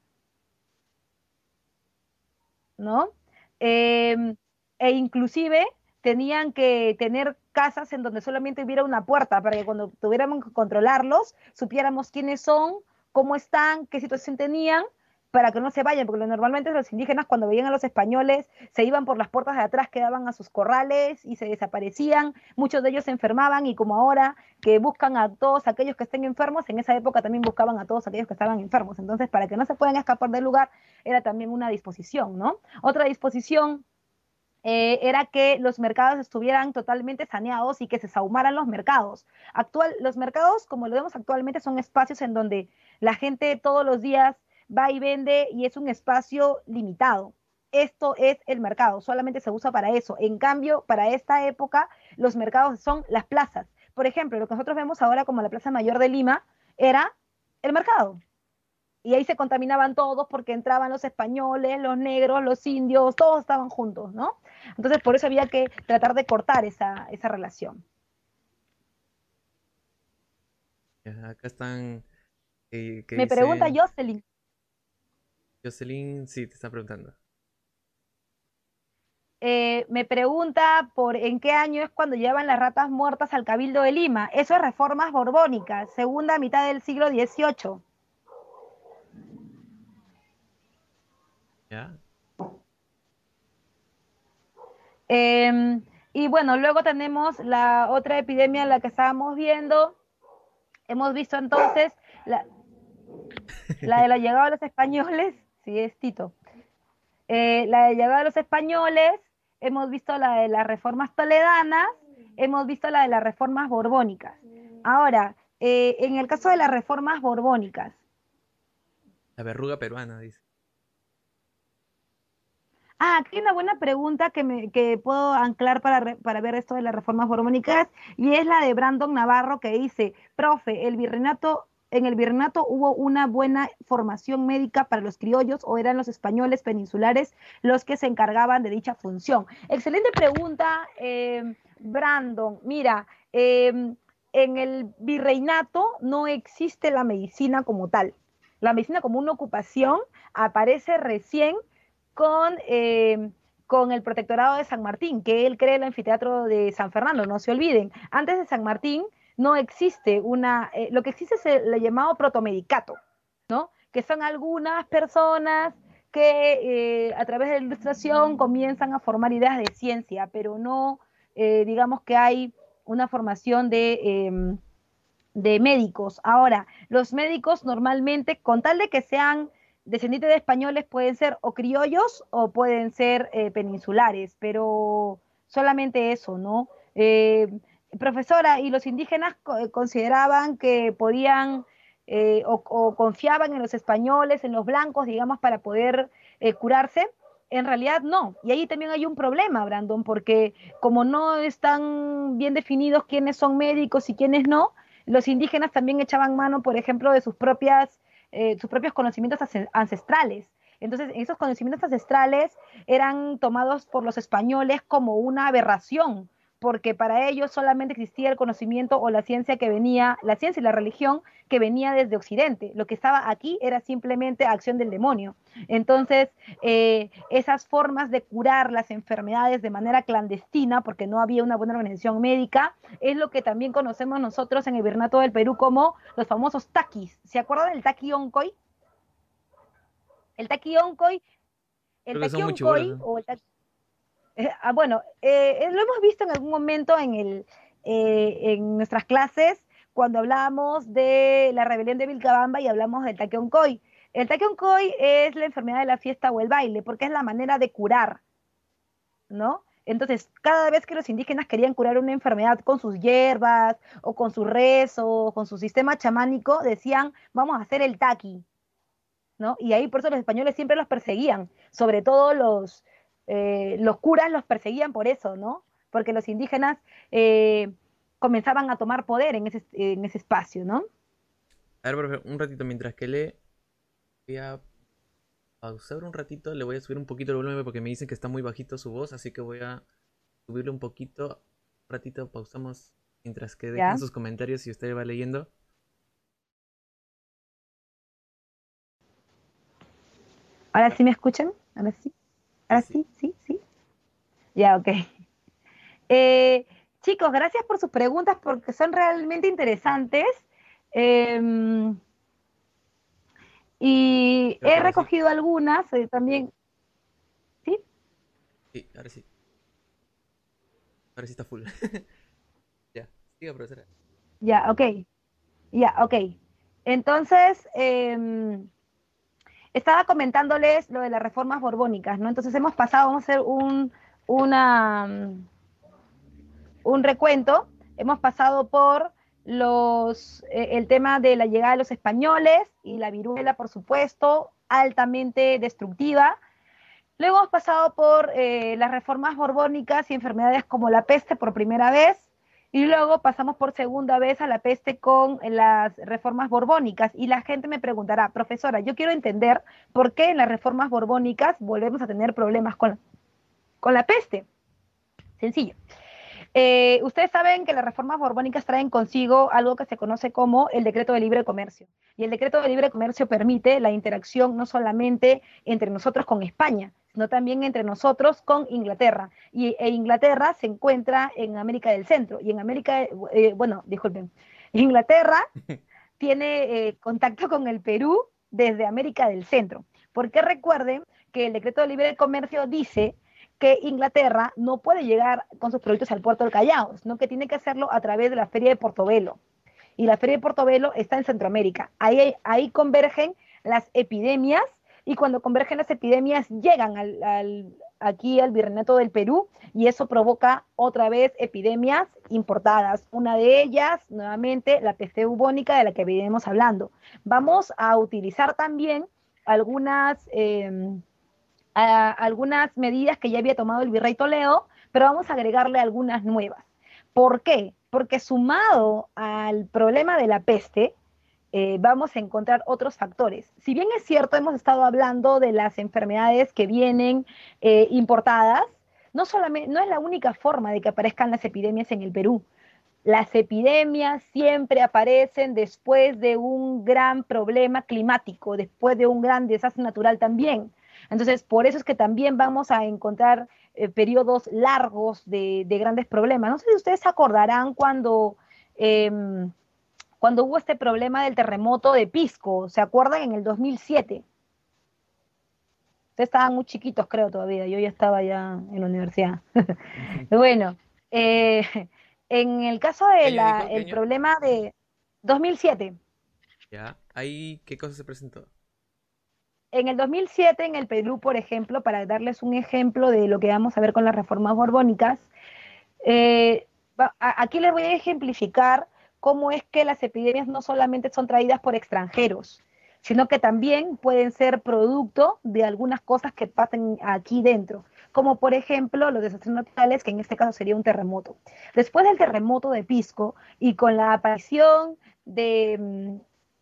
¿no? Eh, e inclusive tenían que tener casas en donde solamente hubiera una puerta para que cuando tuviéramos que controlarlos, supiéramos quiénes son, cómo están, qué situación tenían, para que no se vayan, porque normalmente los indígenas cuando veían a los españoles se iban por las puertas de atrás, quedaban a sus corrales y se desaparecían, muchos de ellos se enfermaban, y como ahora que buscan a todos aquellos que estén enfermos, en esa época también buscaban a todos aquellos que estaban enfermos. Entonces, para que no se puedan escapar del lugar, era también una disposición, ¿no? Otra disposición eh, era que los mercados estuvieran totalmente saneados y que se sahumaran los mercados. Actual, los mercados, como lo vemos actualmente, son espacios en donde la gente todos los días va y vende, y es un espacio limitado. Esto es el mercado, solamente se usa para eso. En cambio, para esta época, los mercados son las plazas. Por ejemplo, lo que nosotros vemos ahora como la Plaza Mayor de Lima era el mercado, y ahí se contaminaban todos porque entraban los españoles, los negros, los indios, todos estaban juntos, ¿no? Entonces, por eso había que tratar de cortar esa, esa relación. Ya, acá están, eh, que Me pregunta dicen, Jocelyn, Jocelyn, sí, te está preguntando. eh, me pregunta por en qué año es cuando llevan las ratas muertas al Cabildo de Lima. Eso es reformas borbónicas, segunda mitad del siglo dieciocho. ¿Ya? Eh, y bueno, luego tenemos la otra epidemia, la que estábamos viendo. Hemos visto entonces la, la de la llegada de los españoles, sí, es Tito. Eh, la de llegada de los españoles, hemos visto la de las reformas toledanas, hemos visto la de las reformas borbónicas. Ahora, eh, en el caso de las reformas borbónicas, La verruga peruana, dice. ah, aquí hay una buena pregunta que, me, que puedo anclar para, re, para ver esto de las reformas borbónicas, y es la de Brandon Navarro, que dice, profe, el virreinato, en el virreinato hubo una buena formación médica para los criollos, o eran los españoles peninsulares los que se encargaban de dicha función. Excelente pregunta, eh, Brandon. Mira, eh, en el virreinato no existe la medicina como tal. La medicina como una ocupación aparece recién con, eh, con el protectorado de San Martín, que él cree el anfiteatro de San Fernando, no se olviden. Antes de San Martín no existe una, eh, lo que existe es el, el llamado protomedicato, ¿no? Que son algunas personas que eh, a través de la ilustración comienzan a formar ideas de ciencia, pero no, eh, digamos que hay una formación de, eh, de médicos. Ahora, los médicos normalmente, con tal de que sean descendientes de españoles pueden ser o criollos o pueden ser eh, peninsulares, pero solamente eso, ¿no? Eh, Profesora, ¿y los indígenas co- eh, consideraban que podían eh, o, o confiaban en los españoles, en los blancos, digamos, para poder eh, curarse? En realidad no. Y ahí también hay un problema, Brandon, porque como no están bien definidos quiénes son médicos y quiénes no, los indígenas también echaban mano, por ejemplo, de sus propias, eh, sus propios conocimientos ancestrales. Entonces, esos conocimientos ancestrales eran tomados por los españoles como una aberración, porque para ellos solamente existía el conocimiento o la ciencia que venía, la ciencia y la religión que venía desde Occidente. Lo que estaba aquí era simplemente acción del demonio. Entonces, eh, esas formas de curar las enfermedades de manera clandestina, porque no había una buena organización médica, es lo que también conocemos nosotros en el Virreinato del Perú como los famosos taquis. ¿Se acuerdan del taqui oncoy? El taqui oncoy, el Creo que taqui son muy chibolos, oncoy ¿no? o el taqui, eh, ah, bueno, eh, lo hemos visto en algún momento en, el, eh, en nuestras clases cuando hablábamos de la rebelión de Vilcabamba y hablamos del taquioncoy. El taquioncoy es la enfermedad de la fiesta o el baile, porque es la manera de curar, ¿no? Entonces, cada vez que los indígenas querían curar una enfermedad con sus hierbas o con su rezo, con su sistema chamánico, decían, vamos a hacer el taqui, ¿no? Y ahí por eso los españoles siempre los perseguían, sobre todo los, eh, los curas los perseguían por eso, ¿no? Porque los indígenas eh, comenzaban a tomar poder en ese, en ese espacio, ¿no? A ver, profe, un ratito mientras que lee, voy a pausar un ratito, le voy a subir un poquito el volumen porque me dicen que está muy bajito su voz, así que voy a subirle un poquito. Un ratito pausamos mientras que dejen ¿Ya? sus comentarios y usted va leyendo. ¿Ahora sí me escuchan? ¿Ahora sí? Sí, ¿Ahora sí. sí? ¿Sí? ¿Sí? Ya, ok. Eh, Chicos, gracias por sus preguntas porque son realmente interesantes. Em, y Creo que he ahora sí. recogido algunas eh, también. ¿Sí? Sí, ahora sí. Ahora sí está full. Ya. Siga, profesora. Ya, ok. Ya, ok. Entonces, em, estaba comentándoles lo de las reformas borbónicas, ¿no? Entonces hemos pasado, vamos a hacer un, una, mm, un recuento. Hemos pasado por los, eh, el tema de la llegada de los españoles y la viruela, por supuesto, altamente destructiva. Luego hemos pasado por eh, las reformas borbónicas y enfermedades como la peste por primera vez, y luego pasamos por segunda vez a la peste con las reformas borbónicas. Y la gente me preguntará, profesora, yo quiero entender por qué en las reformas borbónicas volvemos a tener problemas con, con la peste. Sencillo. Eh, ustedes saben que las reformas borbónicas traen consigo algo que se conoce como el decreto de libre comercio. Y el decreto de libre comercio permite la interacción no solamente entre nosotros con España, sino también entre nosotros con Inglaterra. Y e Inglaterra se encuentra en América del Centro. Y en América, eh, bueno, disculpen, Inglaterra tiene eh, contacto con el Perú desde América del Centro. Porque recuerden que el decreto de libre comercio dice que Inglaterra no puede llegar con sus productos al puerto del Callao, sino que tiene que hacerlo a través de la Feria de Portobelo. Y la Feria de Portobelo está en Centroamérica. Ahí, ahí convergen las epidemias y cuando convergen las epidemias llegan al, al, aquí al Virreinato del Perú y eso provoca otra vez epidemias importadas. Una de ellas, nuevamente, la peste bubónica de la que venimos hablando. Vamos a utilizar también algunas, eh, a, algunas medidas que ya había tomado el virrey Toledo, pero vamos a agregarle algunas nuevas. ¿Por qué? Porque sumado al problema de la peste, eh, vamos a encontrar otros factores. Si bien es cierto, hemos estado hablando de las enfermedades que vienen eh, importadas, no, solamente, no es la única forma de que aparezcan las epidemias en el Perú. Las epidemias siempre aparecen después de un gran problema climático, después de un gran desastre natural también. Entonces, por eso es que también vamos a encontrar eh, periodos largos de, de, grandes problemas. No sé si ustedes se acordarán cuando eh, cuando hubo este problema del terremoto de Pisco, ¿se acuerdan? En el dos mil siete. Ustedes estaban muy chiquitos, creo, todavía. Yo ya estaba ya en la universidad. Bueno, eh, en el caso ¿Qué del año dijo? ¿Qué el año? problema de dos mil siete, Ya. Ahí, ¿qué cosa se presentó? en el dos mil siete en el Perú, por ejemplo, para darles un ejemplo de lo que vamos a ver con las reformas borbónicas, eh, va- a- aquí les voy a ejemplificar cómo es que las epidemias no solamente son traídas por extranjeros, sino que también pueden ser producto de algunas cosas que pasen aquí dentro, como por ejemplo los desastres naturales, que en este caso sería un terremoto. Después del terremoto de Pisco y con la aparición de, mm,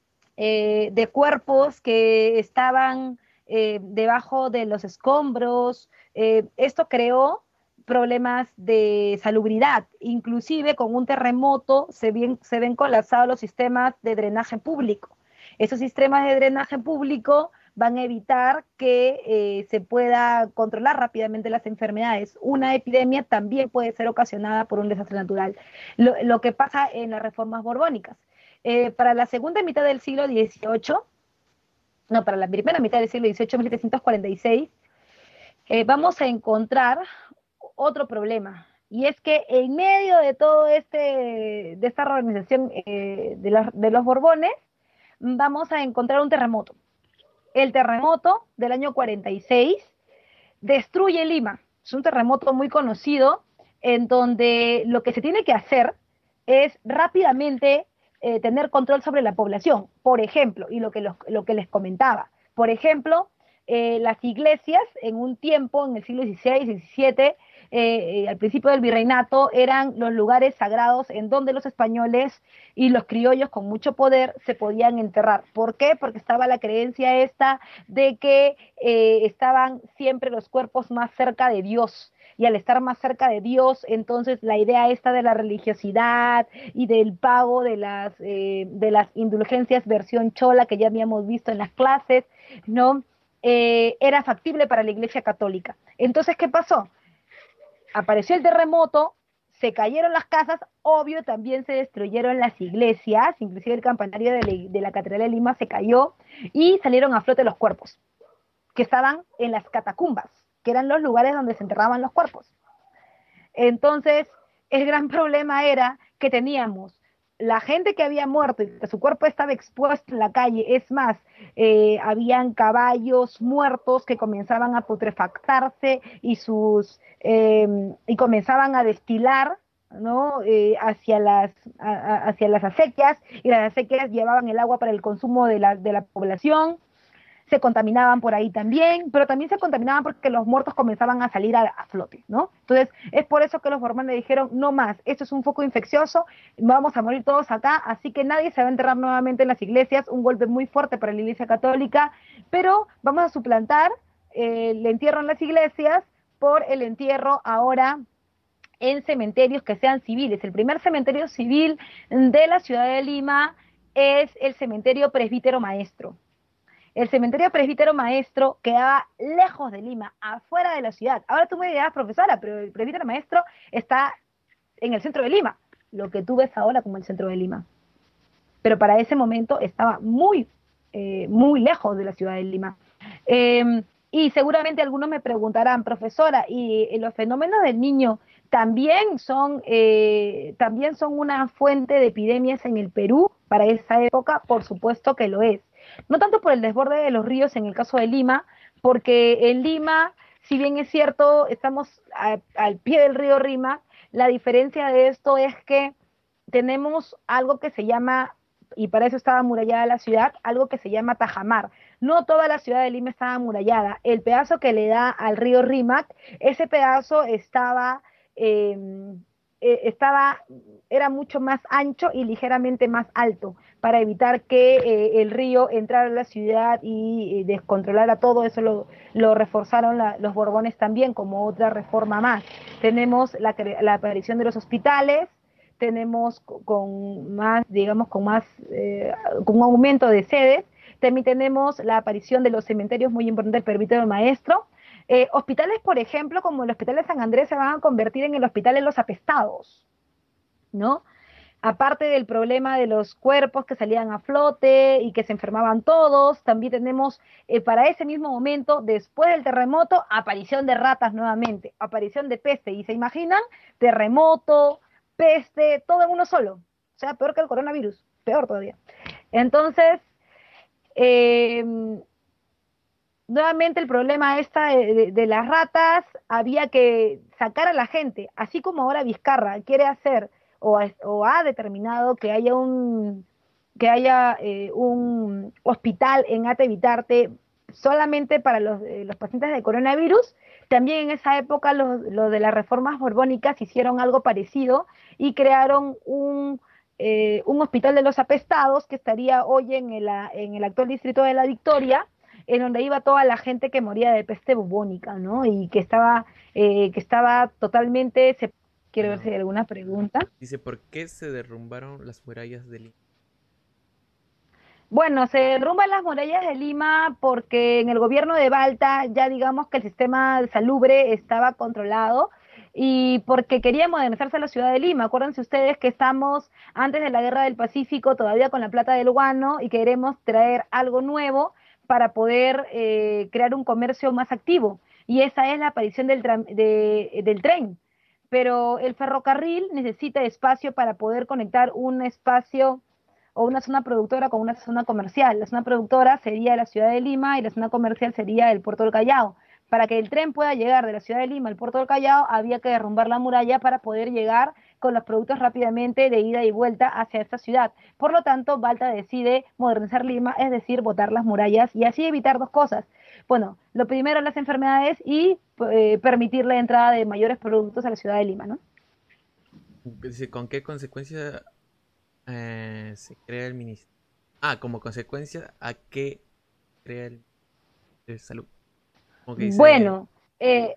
eh, de cuerpos que estaban eh, debajo de los escombros. Eh, esto creó problemas de salubridad, inclusive con un terremoto se ven, se ven colapsados los sistemas de drenaje público. Esos sistemas de drenaje público van a evitar que eh, se pueda controlar rápidamente las enfermedades. Una epidemia también puede ser ocasionada por un desastre natural. Lo, lo que pasa en las reformas borbónicas. Eh, para la segunda mitad del siglo dieciocho, no, para la primera mitad del siglo dieciocho, mil setecientos cuarenta y seis, eh, vamos a encontrar otro problema. Y es que en medio de todo este, de esta organización eh, de, la, de los Borbones, vamos a encontrar un terremoto. El terremoto del año cuarenta y seis destruye Lima. Es un terremoto muy conocido en donde lo que se tiene que hacer es rápidamente eh, tener control sobre la población. Por ejemplo, y lo que, los, lo que les comentaba, por ejemplo, eh, las iglesias en un tiempo, en el siglo dieciséis, diecisiete, eh, eh, al principio del virreinato, eran los lugares sagrados en donde los españoles y los criollos con mucho poder se podían enterrar. ¿Por qué? Porque estaba la creencia esta de que eh, estaban siempre los cuerpos más cerca de Dios. Y al estar más cerca de Dios, entonces la idea esta de la religiosidad y del pago de las, eh, de las indulgencias versión chola que ya habíamos visto en las clases, ¿no? Eh, era factible para la Iglesia Católica. Entonces, ¿qué pasó? Apareció el terremoto, se cayeron las casas, obvio también se destruyeron las iglesias, inclusive el campanario de la, de la Catedral de Lima se cayó y salieron a flote los cuerpos que estaban en las catacumbas, que eran los lugares donde se enterraban los cuerpos. Entonces, el gran problema era que teníamos la gente que había muerto y que su cuerpo estaba expuesto en la calle. Es más, eh, habían caballos muertos que comenzaban a putrefactarse y, sus, eh, y comenzaban a destilar, ¿no? Eh, hacia, las, a, a, hacia las acequias, y las acequias llevaban el agua para el consumo de la, de la población. Se contaminaban por ahí también, pero también se contaminaban porque los muertos comenzaban a salir a, a flote, ¿no? Entonces, es por eso que los borbones dijeron, no más, esto es un foco infeccioso, vamos a morir todos acá, así que nadie se va a enterrar nuevamente en las iglesias, un golpe muy fuerte para la Iglesia Católica, pero vamos a suplantar eh, el entierro en las iglesias por el entierro ahora en cementerios que sean civiles. El primer cementerio civil de la ciudad de Lima es el cementerio Presbítero Maestro. El cementerio Presbítero Maestro quedaba lejos de Lima, afuera de la ciudad. Ahora tú me dirás, profesora, pero el Presbítero Maestro está en el centro de Lima, lo que tú ves ahora como el centro de Lima. Pero para ese momento estaba muy, eh, muy lejos de la ciudad de Lima. Eh, y seguramente algunos me preguntarán, profesora, ¿y los fenómenos del niño también son, eh, también son una fuente de epidemias en el Perú para esa época? Por supuesto que lo es. No tanto por el desborde de los ríos en el caso de Lima, porque en Lima, si bien es cierto, estamos a, al pie del río Rima, la diferencia de esto es que tenemos algo que se llama, y para eso estaba amurallada la ciudad, algo que se llama tajamar. No toda la ciudad de Lima estaba amurallada. El pedazo que le da al río Rímac, ese pedazo estaba, eh, eh, estaba, era mucho más ancho y ligeramente más alto para evitar que eh, el río entrara a la ciudad y eh, descontrolara todo. Eso lo, lo reforzaron la, los Borbones también como otra reforma más. Tenemos la, la aparición de los hospitales, tenemos con más, digamos, con más, eh, con un aumento de sedes. También tenemos la aparición de los cementerios, muy importante, el Presbítero Maestro. Eh, hospitales, por ejemplo, como el Hospital de San Andrés, se van a convertir en el Hospital de los Apestados, ¿no? Aparte del problema de los cuerpos que salían a flote y que se enfermaban todos, también tenemos eh, para ese mismo momento, después del terremoto, aparición de ratas nuevamente, aparición de peste. Y se imaginan, terremoto, peste, todo en uno solo. O sea, peor que el coronavirus, peor todavía. Entonces, eh, nuevamente el problema esta de, de- de las ratas, había que sacar a la gente, así como ahora Vizcarra quiere hacer o, ha- o ha determinado que haya un, que haya eh, un hospital en Ate Vitarte solamente para los, eh, los pacientes de coronavirus. También en esa época los, los de las reformas borbónicas hicieron algo parecido y crearon un, eh, un hospital de los apestados que estaría hoy en el, en el actual distrito de La Victoria, en donde iba toda la gente que moría de peste bubónica, ¿no? Y que estaba, eh, que estaba totalmente... Se... Quiero ver si Bueno, hay alguna pregunta. dice, ¿por qué se derrumbaron las murallas de Lima? Bueno, se derrumban las murallas de Lima porque en el gobierno de Balta ya digamos que el sistema salubre estaba controlado y porque quería modernizarse la ciudad de Lima. Acuérdense ustedes que estamos antes de la Guerra del Pacífico todavía con la plata del guano y queremos traer algo nuevo para poder eh, crear un comercio más activo. Y esa es la aparición del, tram- de- del tren. Pero el ferrocarril necesita espacio para poder conectar un espacio o una zona productora con una zona comercial. La zona productora sería la ciudad de Lima y la zona comercial sería el puerto del Callao. Para que el tren pueda llegar de la ciudad de Lima al puerto del Callao, había que derrumbar la muralla para poder llegar con los productos rápidamente de ida y vuelta hacia esta ciudad. Por lo tanto, Balta decide modernizar Lima, es decir, botar las murallas y así evitar dos cosas. Bueno, lo primero, las enfermedades y eh, permitir la entrada de mayores productos a la ciudad de Lima, ¿no? Dice, ¿con qué consecuencia eh, se crea el ministerio? Ah, como consecuencia, ¿a qué crea el Ministerio de Salud? Como que dice, Bueno, eh,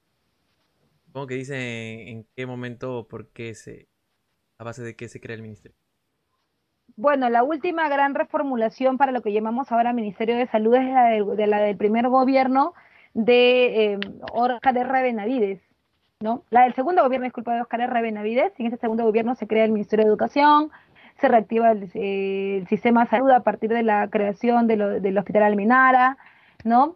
como que dice en qué momento o por qué se, a base de qué se crea el ministerio. Bueno, la última gran reformulación para lo que llamamos ahora Ministerio de Salud es la del, de la del primer gobierno de eh, Óscar R. Benavides, ¿no? La del segundo gobierno, disculpa, de Óscar R. Benavides. En ese segundo gobierno se crea el Ministerio de Educación, se reactiva el, eh, el sistema de salud a partir de la creación de lo- del Hospital Almenara, ¿no?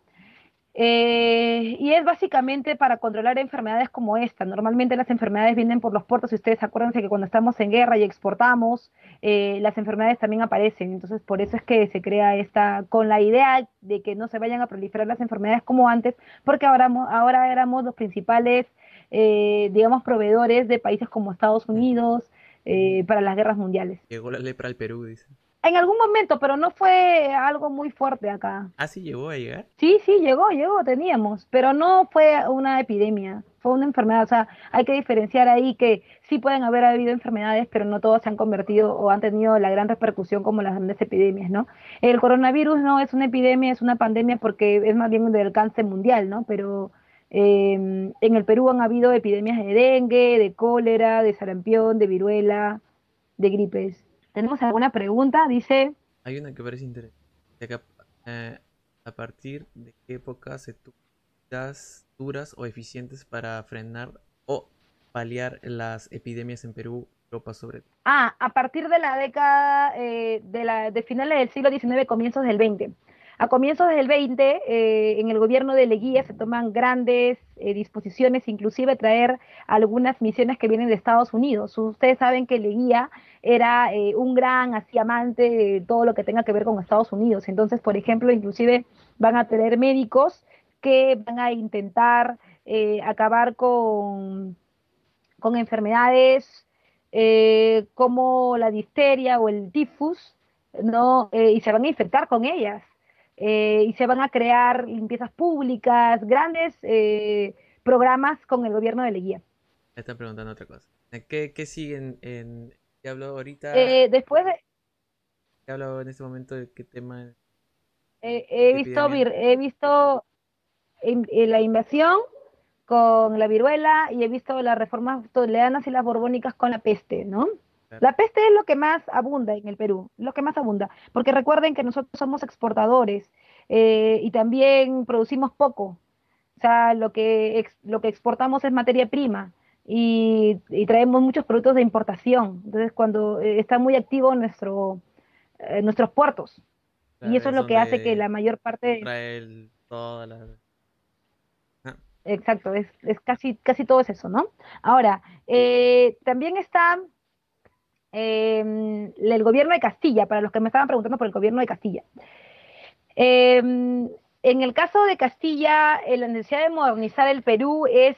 Eh, y es básicamente para controlar enfermedades como esta. Normalmente las enfermedades vienen por los puertos y ustedes acuérdense que cuando estamos en guerra y exportamos, eh, las enfermedades también aparecen. Entonces, por eso es que se crea esta, con la idea de que no se vayan a proliferar las enfermedades como antes, porque ahora, mo- ahora éramos los principales, eh, digamos, proveedores de países como Estados Unidos eh, para las guerras mundiales. Llegó la lepra al Perú, dice. En algún momento, pero no fue algo muy fuerte acá. Ah, sí llegó a llegar. Sí, sí, llegó, llegó, teníamos, pero no fue una epidemia, fue una enfermedad. O sea, hay que diferenciar ahí que sí pueden haber habido enfermedades, pero no todas se han convertido o han tenido la gran repercusión como las grandes epidemias, ¿no? El coronavirus no es una epidemia, es una pandemia porque es más bien de alcance mundial, ¿no? Pero eh, en el Perú han habido epidemias de dengue, de cólera, de sarampión, de viruela, de gripes. ¿Tenemos alguna pregunta? Dice... Hay una que parece interesante. De acá, eh, ¿a partir de qué época se tuvo medidas duras o eficientes para frenar o paliar las epidemias en Perú, Europa sobre todo? Ah, a partir de la década eh, de, la, de finales del siglo diecinueve, comienzos del veinte. A comienzos del veinte, eh, en el gobierno de Leguía se toman grandes eh, disposiciones, inclusive traer algunas misiones que vienen de Estados Unidos. Ustedes saben que Leguía era eh, un gran así amante de todo lo que tenga que ver con Estados Unidos. Entonces, por ejemplo, inclusive van a tener médicos que van a intentar eh, acabar con con enfermedades eh, como la difteria o el tifus, ¿no? Eh, y se van a infectar con ellas. Eh, y se van a crear limpiezas públicas, grandes eh, programas con el gobierno de Leguía. Me están preguntando otra cosa. Eh, ¿Qué, qué siguen en... ¿Qué hablo ahorita? Eh, después de, ¿Qué hablo en este momento de qué tema eh, he de visto, epidemia? vir- he visto in- eh, la invasión con la viruela y he visto las reformas toledanas y las borbónicas con la peste, ¿no? Claro. La peste es lo que más abunda en el Perú, lo que más abunda, porque recuerden que nosotros somos exportadores eh, y también producimos poco, o sea, lo que, ex- lo que exportamos es materia prima y, y traemos muchos productos de importación, entonces cuando eh, está muy activo nuestro, eh, nuestros puertos y Claro, eso es es lo que hace que donde la mayor parte. trae el, toda la... Ah, Exacto, es, es casi, casi todo es eso, ¿no? Ahora, eh, también está eh, el gobierno de Castilla, para los que me estaban preguntando por el gobierno de Castilla. Eh, En el caso de Castilla, eh, la necesidad de modernizar el Perú es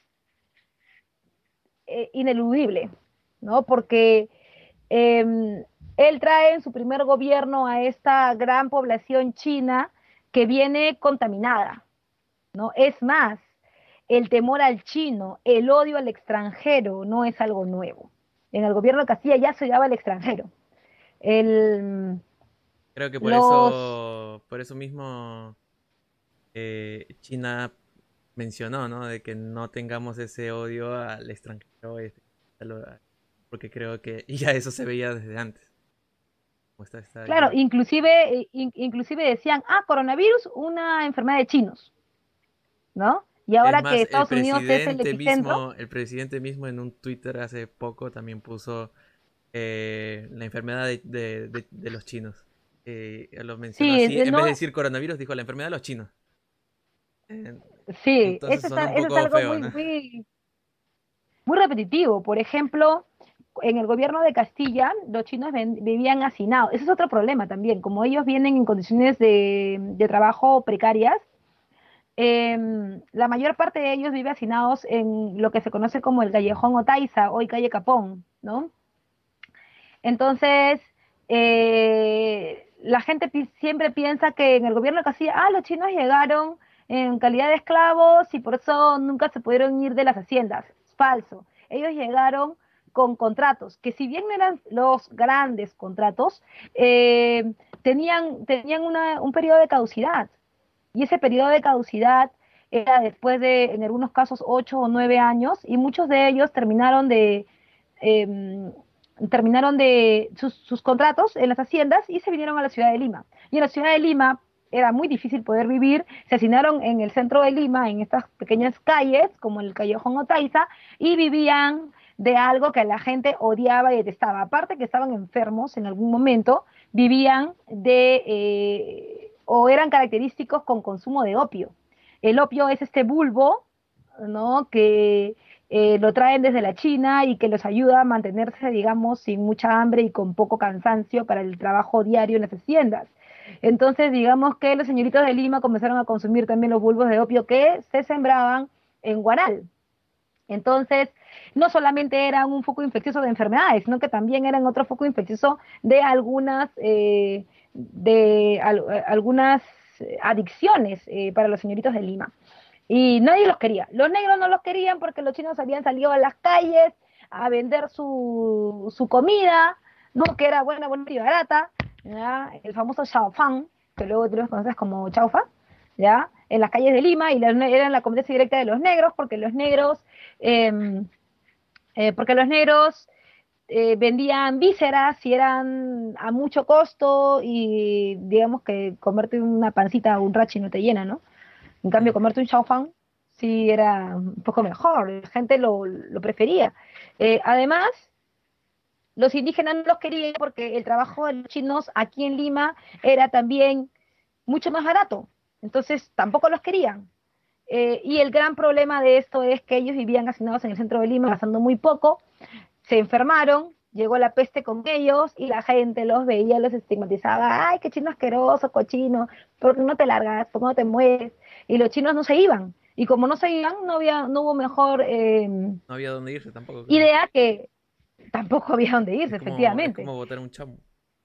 eh, ineludible, ¿no? Porque eh, él trae en su primer gobierno a esta gran población china que viene contaminada, ¿no? Es más, el temor al chino, el odio al extranjero no es algo nuevo. En el gobierno de Castilla ya se odiaba al extranjero. El, Creo que por los, eso, por eso mismo eh, China mencionó, ¿no? De que no tengamos ese odio al extranjero, este, a lo- a- porque creo que ya eso se veía desde antes. Como está esta claro, idea. inclusive, in- inclusive decían, ah, coronavirus, una enfermedad de chinos, ¿no? Y Es ahora que más, el Estados Unidos es el presidente epicentro, mismo, el presidente mismo en un Twitter hace poco también puso eh, la enfermedad de, de- de- de los chinos. Eh, lo mencionó sí, así, eh, en vez de no, decir coronavirus, dijo la enfermedad de los chinos. Eh, sí, entonces eso sonó está, un eso es poco algo feo, muy, ¿no? muy, muy repetitivo. Por ejemplo, en el gobierno de Castilla, los chinos ven- vivían hacinados. Ese es otro problema también. Como ellos vienen en condiciones de, de trabajo precarias, em, la mayor parte de ellos vive hacinados en lo que se conoce como el Callejón Otaiza, hoy calle Capón, ¿no? Entonces, eh, la gente pi- siempre piensa que en el gobierno de Castilla, ah, los chinos llegaron en calidad de esclavos y por eso nunca se pudieron ir de las haciendas. Es falso. Ellos llegaron con contratos, que si bien no eran los grandes contratos, eh, tenían, tenían una- un periodo de caducidad. Y ese periodo de caducidad era después de, en algunos casos, ocho o nueve años, y muchos de ellos terminaron de, em, terminaron de sus, sus contratos en las haciendas y se vinieron a la ciudad de Lima. Y en la ciudad de Lima era muy difícil poder vivir, se hacinaron en el centro de Lima, en estas pequeñas calles, como el Callejón Otaiza, y vivían de algo que la gente odiaba y detestaba. Aparte que estaban enfermos en algún momento, vivían de, eh, o eran característicos con consumo de opio. El opio es este bulbo, ¿no? Que eh, lo traen desde la China y que los ayuda a mantenerse, digamos, sin mucha hambre y con poco cansancio para el trabajo diario en las haciendas. Entonces, digamos que los señoritos de Lima comenzaron a consumir también los bulbos de opio que se sembraban en Guaral. Entonces, no solamente eran un foco infeccioso de enfermedades, sino que también eran otro foco infeccioso de algunas, eh, de al- algunas adicciones eh, para los señoritos de Lima. Y nadie los quería. Los negros no los querían porque los chinos habían salido a las calles a vender su, su comida, ¿no? Que era buena, buena y barata, ¿ya? El famoso chaufán, que luego tú los conoces como chaufa, ¿ya? En las calles de Lima y la- eran la competencia directa de los negros porque los negros, eh, eh, porque los negros eh, vendían vísceras y eran a mucho costo y digamos que comerte una pancita o un rachi no te llena, ¿no? En cambio, Mm. comerte un chaufán sí era un poco mejor, la gente lo, lo prefería. Eh, además, los indígenas no los querían porque el trabajo de los chinos aquí en Lima era también mucho más barato, entonces tampoco los querían. Eh, y el gran problema de esto es que ellos vivían hacinados en el centro de Lima, gastando muy poco, se enfermaron, llegó la peste con ellos y la gente los veía, los estigmatizaba, ay, qué chino asqueroso, cochino, ¿por qué no te largas? ¿Por qué no te mueves? Y los chinos no se iban. Y como no se iban, no había, no hubo mejor eh, No había dónde irse tampoco, creo. idea que tampoco había dónde Es irse, como, es efectivamente. como botar un chamo.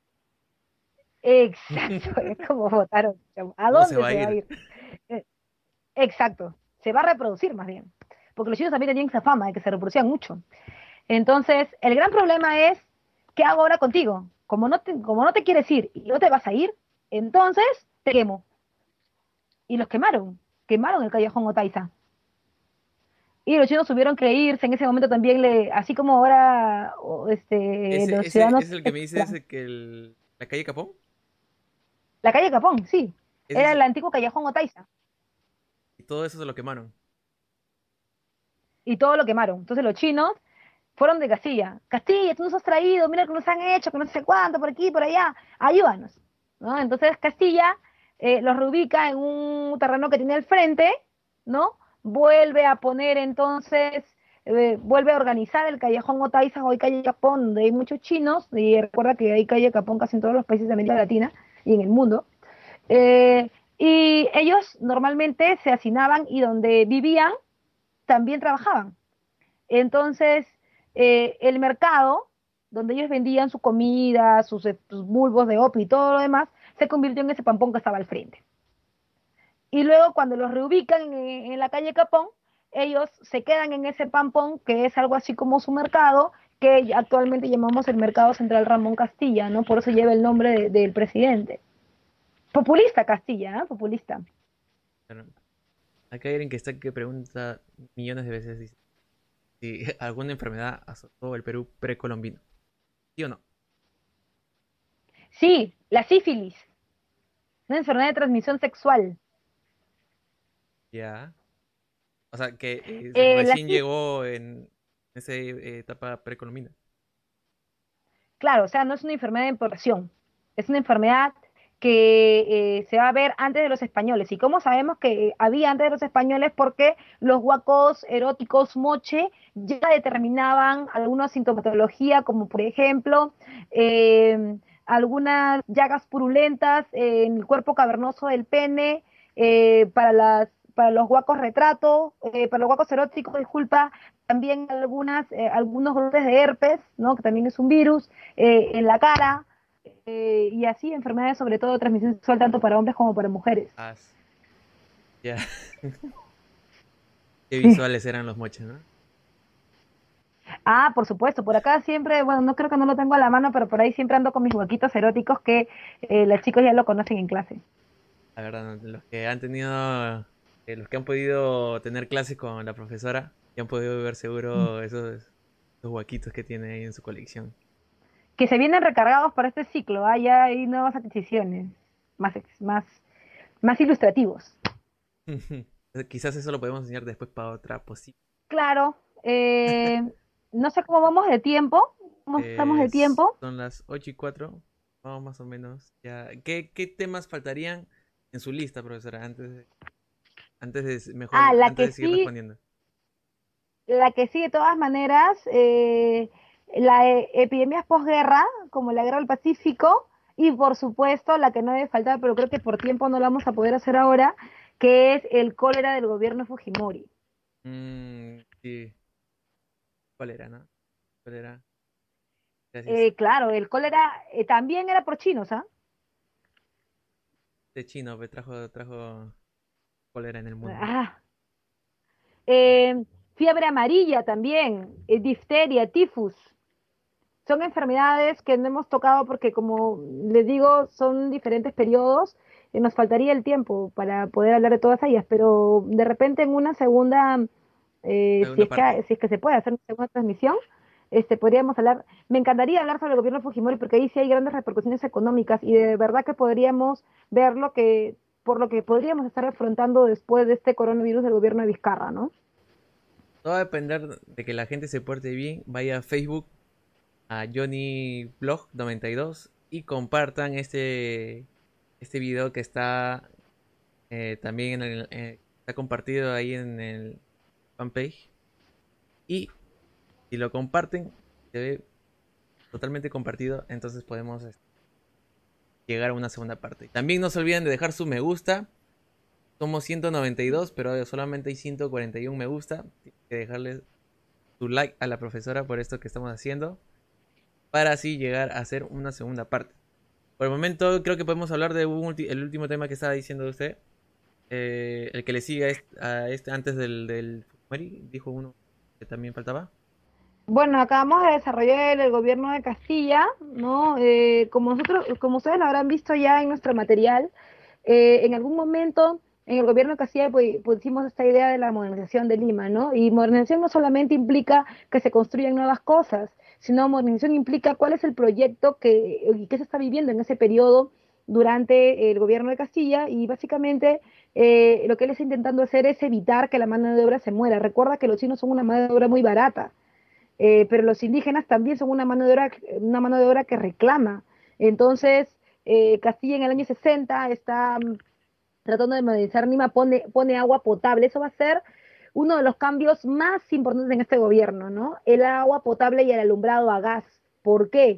Exacto, es como votaron. ¿A ¿Cómo se dónde va a se va a ir? ir? Eh, Exacto, se va a reproducir más bien. Porque los chinos también tenían esa fama de que se reproducían mucho. Entonces, el gran problema es, ¿qué hago ahora contigo? Como no te, como no te quieres ir y no te vas a ir, entonces te quemo. Y los quemaron, quemaron el callejón Otaiza. Y los chinos tuvieron que irse, en ese momento también, le, así como ahora o, este, Ese, los ese ciudadanos, es el que me dice ese que el, la calle Capón. la calle Capón, sí, Ese era es- el antiguo callejón Otaiza, y todo eso se lo quemaron. y todo lo quemaron. Entonces los chinos fueron de Castilla. Castilla, tú nos has traído, mira lo que nos han hecho, que no sé cuánto, por aquí, por allá, ayúdanos. ¿No? Entonces Castilla eh, los reubica en un terreno que tiene al frente, ¿no? Vuelve a poner entonces, eh, vuelve a organizar el callejón Otaiza, hoy calle Capón, donde hay muchos chinos, y recuerda que hay calle Capón casi en todos los países de América Latina y en el mundo. Eh, Y ellos normalmente se hacinaban y donde vivían también trabajaban. Entonces, eh, el mercado, donde ellos vendían su comida, sus, eh, sus bulbos de opio y todo lo demás, se convirtió en ese pampón que estaba al frente. Y luego cuando los reubican en, en la calle Capón, ellos se quedan en ese pampón, que es algo así como su mercado, que actualmente llamamos el Mercado Central Ramón Castilla, ¿no? Por eso lleva el nombre de- del presidente. Populista Castilla, ¿eh? Populista. Pero acá hay alguien que está que pregunta millones de veces dice, si alguna enfermedad azotó el Perú precolombino. ¿Sí o no? Sí, la sífilis, una enfermedad de transmisión sexual. Ya. O sea, que eh, Eh, la recién sí- llegó en esa eh, etapa precolombina. claro, o sea, no es una enfermedad de importación, es una enfermedad que eh, se va a ver antes de los españoles. ¿Y cómo sabemos que había antes de los españoles? Porque los huacos eróticos moche ya determinaban alguna sintomatología, como por ejemplo eh, algunas llagas purulentas en el cuerpo cavernoso del pene, eh, para las, para los huacos retrato, eh, para los huacos eróticos, disculpa, también algunas, eh, algunos brotes de herpes, ¿no? Que también es un virus, eh, en la cara, eh, y así enfermedades sobre todo de transmisión sexual tanto para hombres como para mujeres. Ah, ya. Qué Sí. visuales eran los moches, ¿no? Ah, por supuesto, por acá siempre, bueno, no creo que no lo tengo a la mano, pero por ahí siempre ando con mis huequitos eróticos que eh, los chicos ya lo conocen en clase. La verdad, ¿no? Los que han tenido, eh, los que han podido tener clases con la profesora, y han podido ver seguro esos, esos huequitos que tiene ahí en su colección. Que se vienen recargados para este ciclo, ¿ah? Ya hay nuevas adquisiciones, más, ex- más, más ilustrativos. Quizás eso lo podemos enseñar después para otra posible. Claro, eh, no sé cómo vamos de tiempo, cómo estamos de Es- tiempo. son las ocho y cuatro. Vamos más o menos. Ya. ¿Qué, qué temas faltarían en su lista, profesora? Antes de, antes de Ah, mejor, la antes que de seguir sí, respondiendo. la que sí de todas maneras, eh, la e- epidemias posguerra, como la guerra del Pacífico, y por supuesto la que no debe faltar, pero creo que por tiempo no la vamos a poder hacer ahora, que es el cólera del gobierno Fujimori. Mm, sí. ¿Cuál era, no? ¿Cuál era? Gracias. Eh, claro, el cólera eh, también era por chinos, ¿ah? De chino, me trajo, trajo cólera en el mundo. Ah, eh, fiebre amarilla también, eh, difteria, tifus. Son enfermedades que no hemos tocado porque, como les digo, son diferentes periodos y nos faltaría el tiempo para poder hablar de todas ellas, pero de repente en una segunda, eh, si Segunda es parte. que, si es que se puede hacer una segunda transmisión, este, podríamos hablar. Me encantaría hablar sobre el gobierno Fujimori porque ahí sí hay grandes repercusiones económicas y de verdad que podríamos ver lo que, por lo que podríamos estar afrontando después de este coronavirus del gobierno de Vizcarra, ¿no? Todo va a depender de que la gente se porte bien. Vaya a Facebook, a Johnny Blog noventa y dos y compartan este, este video que está eh, también en el, eh, está compartido ahí en el fanpage. Y si lo comparten, se ve totalmente compartido, entonces podemos este, llegar a una segunda parte. También no se olviden de dejar su me gusta. Somos ciento noventa y dos, pero solamente hay ciento cuarenta y uno me gusta. Tienen que dejarle su like a la profesora por esto que estamos haciendo, para así llegar a hacer una segunda parte. Por el momento creo que podemos hablar de un ulti- el último tema que estaba diciendo usted. Eh, el que le sigue a este, a este antes del, del Fujimori, dijo uno que también faltaba. Bueno, acabamos de desarrollar el gobierno de Castilla, ¿no? Eh, como nosotros, como ustedes lo habrán visto ya en nuestro material, eh, en algún momento en el gobierno de Castilla pues, pusimos esta idea de la modernización de Lima, ¿no? Y modernización no solamente implica que se construyan nuevas cosas, sino modernización implica cuál es el proyecto que, y qué se está viviendo en ese periodo durante el gobierno de Castilla y básicamente eh, lo que él está intentando hacer es evitar que la mano de obra se muera. Recuerda que los chinos son una mano de obra muy barata, eh, pero los indígenas también son una mano de obra, una mano de obra que reclama. Entonces, eh, Castilla en el año sesenta está mm, tratando de modernizar Lima, pone, pone agua potable. Eso va a ser uno de los cambios más importantes en este gobierno, ¿no? El agua potable y el alumbrado a gas. ¿Por qué?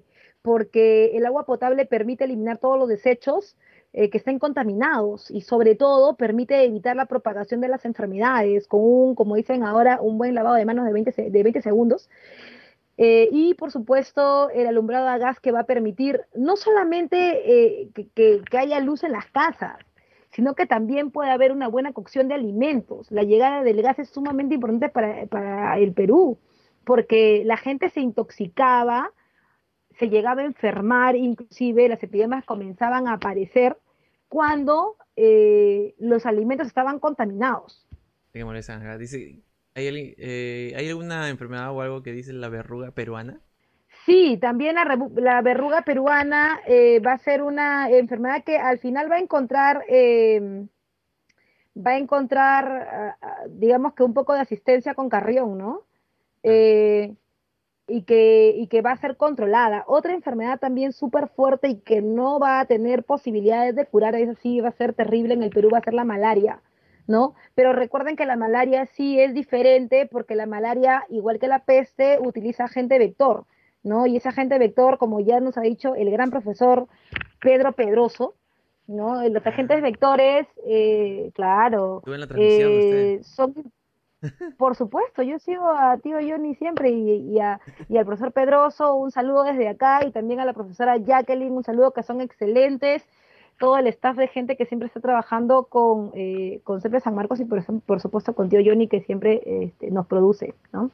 porque el agua potable permite eliminar todos los desechos eh, que estén contaminados y sobre todo permite evitar la propagación de las enfermedades con un, como dicen ahora, un buen lavado de manos de veinte, se- de veinte segundos. Eh, y por supuesto, el alumbrado a gas que va a permitir no solamente eh, que, que- que haya luz en las casas, sino que también puede haber una buena cocción de alimentos. La llegada del gas es sumamente importante para, para el Perú, porque la gente se intoxicaba, se llegaba a enfermar, inclusive las epidemias comenzaban a aparecer cuando eh, los alimentos estaban contaminados. Te molestan acá. Dice, ¿hay, alguien- eh, ¿hay alguna enfermedad o algo que dice la verruga peruana? Sí, también la, rebu- la verruga peruana eh, va a ser una enfermedad que al final va a encontrar, eh, va a encontrar, ah, ah, digamos que un poco de asistencia con Carrión, ¿no? Claro. Eh, y que, y que va a ser controlada. Otra enfermedad también súper fuerte y que no va a tener posibilidades de curar, esa sí va a ser terrible en el Perú, va a ser la malaria, ¿no? Pero recuerden que la malaria sí es diferente porque la malaria, igual que la peste, utiliza agente vector, ¿no? Y ese agente vector, como ya nos ha dicho el gran profesor Pedro Pedroso, ¿no? Los agentes Ah, vectores, eh, claro, estuve en la transmisión usted. eh, son por supuesto, yo sigo a tío Johnny siempre y, y a- y al profesor Pedroso, un saludo desde acá y también a la profesora Jacqueline, un saludo que son excelentes, todo el staff de gente que siempre está trabajando con, eh, con C P San Marcos y por, eso- por supuesto con tío Johnny que siempre este, nos produce, ¿no?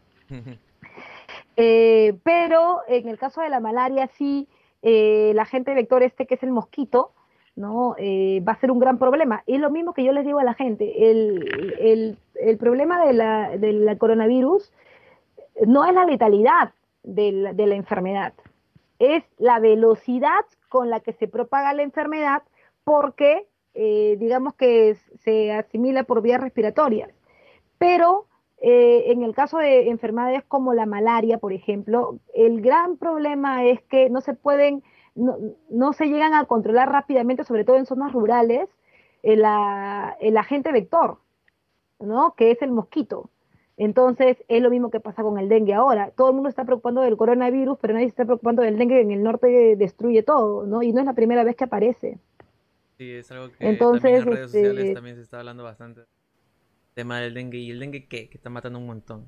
Eh, pero en el caso de la malaria, sí, eh, el agente vector este, que es el mosquito, ¿no? Eh, va a ser un gran problema. Y es lo mismo que yo les digo a la gente, el, el- el problema de la, del coronavirus no es la letalidad de la, de la enfermedad, es la velocidad con la que se propaga la enfermedad porque, eh, digamos que se asimila por vías respiratorias. Pero eh, en el caso de enfermedades como la malaria, por ejemplo, el gran problema es que no se pueden, no, no se llegan a controlar rápidamente, sobre todo en zonas rurales, el, a- el agente vector, ¿no? Que es el mosquito. Entonces, es lo mismo que pasa con el dengue ahora. Todo el mundo está preocupando del coronavirus, pero nadie se está preocupando del dengue que en el norte destruye todo, ¿no? Y no es la primera vez que aparece. Sí, es algo que también Entonces, en redes sociales este, también se está hablando bastante. El tema del dengue. ¿Y el dengue qué? Que está matando un montón.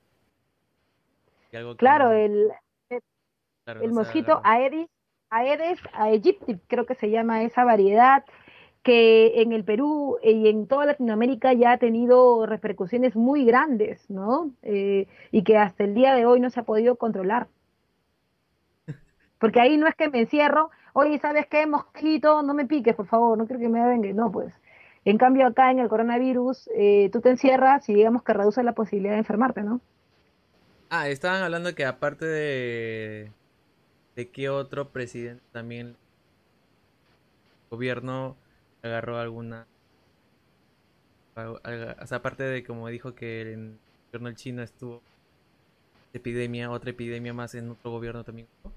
Y algo que, claro, el, claro, no el se mosquito agarra. Aedes, Aedes aegypti, creo que se llama esa variedad, que en el Perú y en toda Latinoamérica ya ha tenido repercusiones muy grandes, ¿no? Eh, y que hasta el día de hoy no se ha podido controlar. Porque ahí no es que me encierro, oye, ¿sabes qué, mosquito? No me piques, por favor, no quiero que me venga. No, pues. En cambio, acá en el coronavirus, eh, tú te encierras y digamos que reduce la posibilidad de enfermarte, ¿no? Ah, estaban hablando que aparte de, de que otro presidente también el gobierno agarró alguna, algo- algo- o sea, aparte de como dijo que el gobierno del chino estuvo epidemia, otra epidemia más en otro gobierno también, ¿no?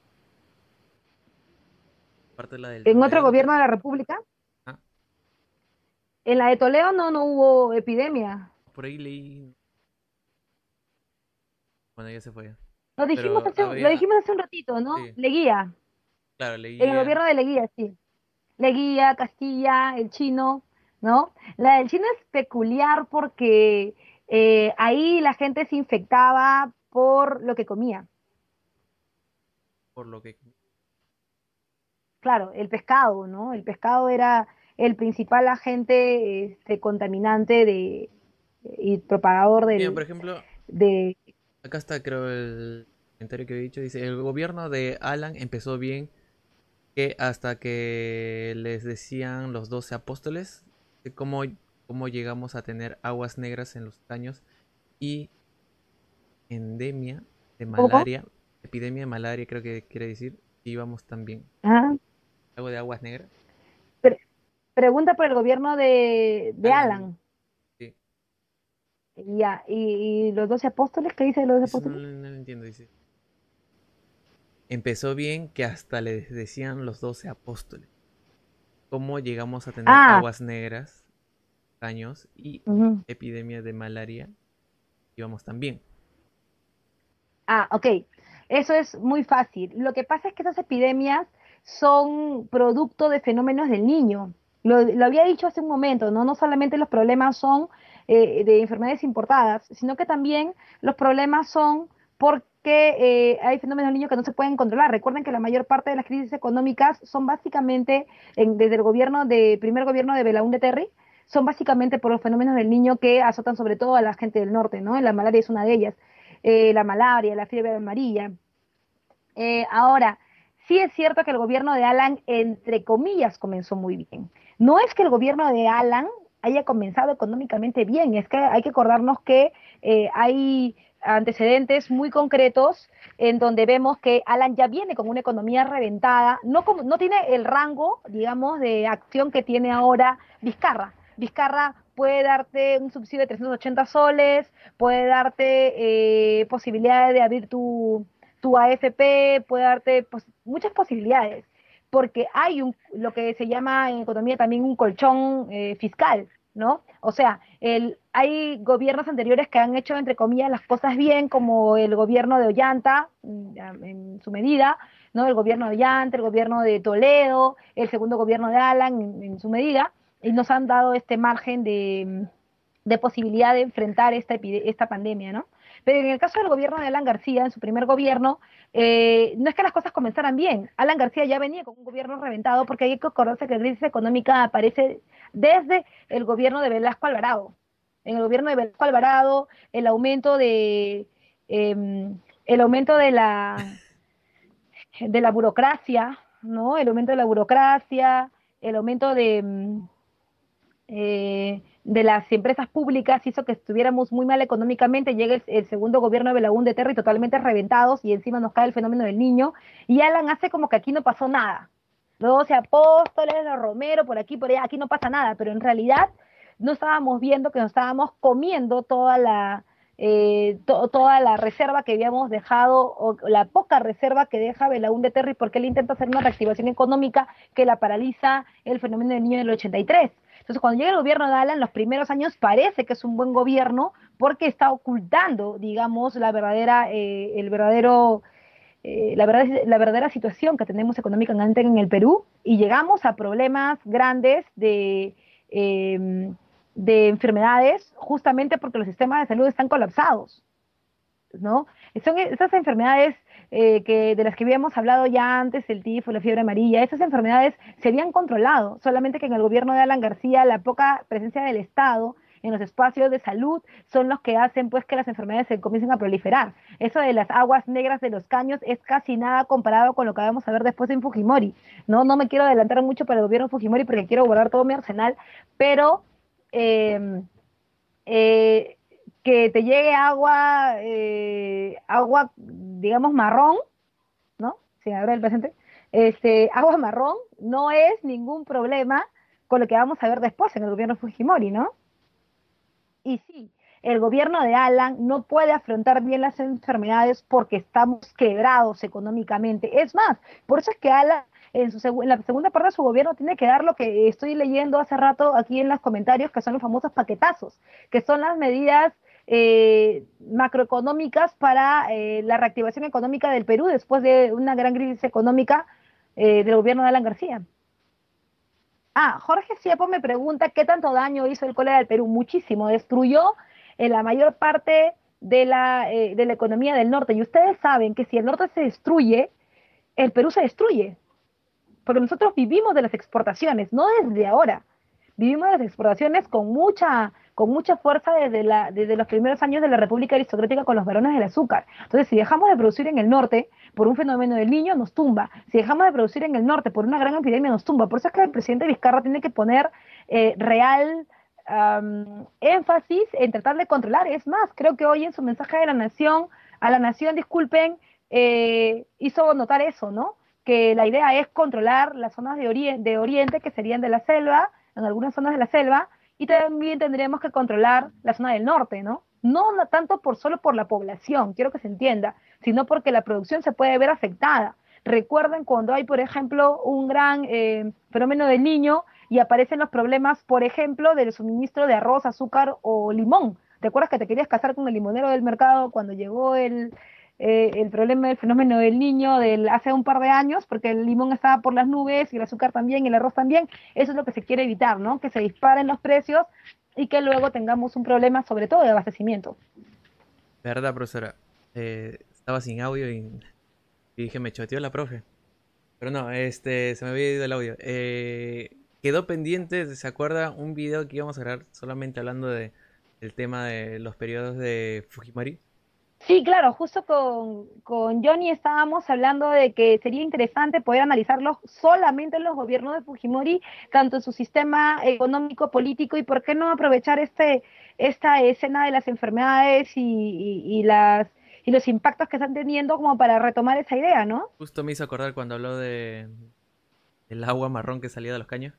Aparte de la del En otro Toledo, creo. gobierno de la República, Ah, en la de Toledo no, no hubo epidemia. por ahí leí, bueno, ya se fue. Lo dijimos Pero hace, un- lo había, dijimos hace un ratito, ¿no? sí, Leguía, claro, en el leía. gobierno de Leguía, sí. Leguía, Castilla, el chino, ¿no? La del chino es peculiar porque eh, ahí la gente se infectaba por lo que comía. Por lo que... Claro, el pescado, ¿no? El pescado era el principal agente este, contaminante de, y propagador Mira, por del, ejemplo, de... acá está creo el comentario que he dicho, dice, el gobierno de Alan empezó bien que hasta que les decían los doce apóstoles de cómo, cómo llegamos a tener aguas negras en los caños y endemia de ¿Cómo? malaria, epidemia de malaria creo que quiere decir, y íbamos también. Ah, Algo de aguas negras. pre- pregunta por el gobierno de, de Alan, Alan. sí. Ya, ¿y, y los doce apóstoles? ¿Qué dice de los doce Eso no, apóstoles? lo- no lo entiendo, dice. Empezó bien que hasta les decían los doce apóstoles. ¿Cómo llegamos a tener Ah, aguas negras, caños y ujú. epidemia de malaria? Íbamos también. Ah, ok. Eso es muy fácil. Lo que pasa es que esas epidemias son producto de fenómenos del niño. Lo, lo había dicho hace un momento, ¿no? No solamente los problemas son eh, de enfermedades importadas, sino que también los problemas son porque eh, hay fenómenos del niño que no se pueden controlar. Recuerden que la mayor parte de las crisis económicas son básicamente, en- desde el gobierno de, primer gobierno de Belaúnde Terry, son básicamente por los fenómenos del niño que azotan sobre todo a la gente del norte, ¿no? La malaria es una de ellas, eh, la malaria, la fiebre amarilla. Eh, ahora, sí es cierto que el gobierno de Alan, entre comillas, comenzó muy bien. No es que el gobierno de Alan haya comenzado económicamente bien, es que hay que acordarnos que eh, hay antecedentes muy concretos en donde vemos que Alan ya viene con una economía reventada, no, como, no tiene el rango, digamos, de acción que tiene ahora Vizcarra. Vizcarra puede darte un subsidio de trescientos ochenta soles, puede darte eh, posibilidades de abrir tu, tu A F P, puede darte pos muchas posibilidades, porque hay un, lo que se llama en economía también un colchón eh, fiscal, ¿no? O sea, el, hay gobiernos anteriores que han hecho, entre comillas, las cosas bien, como el gobierno de Ollanta, mm, en su medida, ¿no? El gobierno de Ollanta, el gobierno de Toledo, el segundo gobierno de Alan, en, en su medida, y nos han dado este margen de, de posibilidad de enfrentar esta, esta pandemia, ¿no? Pero en el caso del gobierno de Alan García, en su primer gobierno, eh, no es que las cosas comenzaran bien. Alan García ya venía con un gobierno reventado porque hay que acordarse que la crisis económica aparece desde el gobierno de Velasco Alvarado. En el gobierno de Velasco Alvarado, el aumento de, eh, el aumento de la, de la burocracia, ¿no? El aumento de la burocracia, el aumento de, mm, eh, de las empresas públicas hizo que estuviéramos muy mal económicamente. Llega el, el segundo gobierno de Belaúnde Terry totalmente reventados y encima nos cae el fenómeno del niño. Y Alan hace como que aquí no pasó nada. Los apóstoles, los Romero, por aquí, por allá, aquí no pasa nada, pero en realidad no estábamos viendo que nos estábamos comiendo toda la, eh, to- toda la reserva que habíamos dejado, o la poca reserva que deja Belaúnde Terry, porque él intenta hacer una reactivación económica que la paraliza el fenómeno del niño del ochenta y tres. Entonces, cuando llega el gobierno de Alan, los primeros años parece que es un buen gobierno porque está ocultando, digamos, la verdadera, eh, el verdadero, eh, la, verdad, la verdadera situación que tenemos económicamente en el Perú y llegamos a problemas grandes de, eh, de enfermedades justamente porque los sistemas de salud están colapsados, ¿no? Son esas enfermedades eh, que, de las que habíamos hablado ya antes, el tifo, la fiebre amarilla, esas enfermedades se habían controlado, solamente que en el gobierno de Alan García la poca presencia del Estado en los espacios de salud son los que hacen pues que las enfermedades se comiencen a proliferar. Eso de las aguas negras de los caños es casi nada comparado con lo que vamos a ver después en Fujimori. No, no me quiero adelantar mucho para el gobierno de Fujimori porque quiero guardar todo mi arsenal, pero eh, eh, que te llegue agua, eh, agua, digamos, marrón, ¿no? Sin hablar del presente, este, agua marrón no es ningún problema con lo que vamos a ver después en el gobierno Fujimori, ¿no? Y sí, el gobierno de Alan no puede afrontar bien las enfermedades porque estamos quebrados económicamente. Es más, por eso es que Alan en, su seg- en la segunda parte de su gobierno tiene que dar lo que estoy leyendo hace rato aquí en los comentarios, que son los famosos paquetazos, que son las medidas eh, macroeconómicas para eh, la reactivación económica del Perú después de una gran crisis económica eh, del gobierno de Alan García. Ah, Jorge Siepo me pregunta qué tanto daño hizo el cólera del Perú. Muchísimo, destruyó en la mayor parte de la, eh, de la economía del norte. Y ustedes saben que si el norte se destruye, el Perú se destruye, porque nosotros vivimos de las exportaciones, no desde ahora. Vivimos de las exportaciones con mucha, con mucha fuerza desde, la, desde los primeros años de la República Aristocrática con los varones del azúcar. Entonces, si dejamos de producir en el norte por un fenómeno del niño, nos tumba. Si dejamos de producir en el norte por una gran epidemia, nos tumba. Por eso es que el presidente Vizcarra tiene que poner eh, real um, énfasis en tratar de controlar. Es más, creo que hoy en su mensaje de la Nación, a la Nación, disculpen, eh, hizo notar eso, ¿no? Que la idea es controlar las zonas de, orien de oriente, que serían de la selva, en algunas zonas de la selva, y también tendríamos que controlar la zona del norte, ¿no? No no tanto por solo por la población, quiero que se entienda, sino porque la producción se puede ver afectada. Recuerden cuando hay, por ejemplo, un gran eh, fenómeno del niño y aparecen los problemas, por ejemplo, del suministro de arroz, azúcar o limón. ¿Te acuerdas que te querías casar con el limonero del mercado cuando llegó el, eh, el problema del fenómeno del niño del hace un par de años, porque el limón estaba por las nubes y el azúcar también y el arroz también. Eso es lo que se quiere evitar, ¿no? Que se disparen los precios y que luego tengamos un problema sobre todo de abastecimiento. ¿Verdad, profesora? Eh, estaba sin audio y, y dije, me choteó la profe. Pero no, este, se me había ido el audio. Eh, quedó pendiente, ¿se acuerda? Un video que íbamos a grabar solamente hablando de, del tema de los periodos de Fujimori. Sí, claro, justo con, con Johnny estábamos hablando de que sería interesante poder analizarlos solamente en los gobiernos de Fujimori, tanto en su sistema económico, político, y por qué no aprovechar este, esta escena de las enfermedades y, y, y las, y los impactos que están teniendo como para retomar esa idea, ¿no? Justo me hizo acordar cuando habló de el agua marrón que salía de los caños.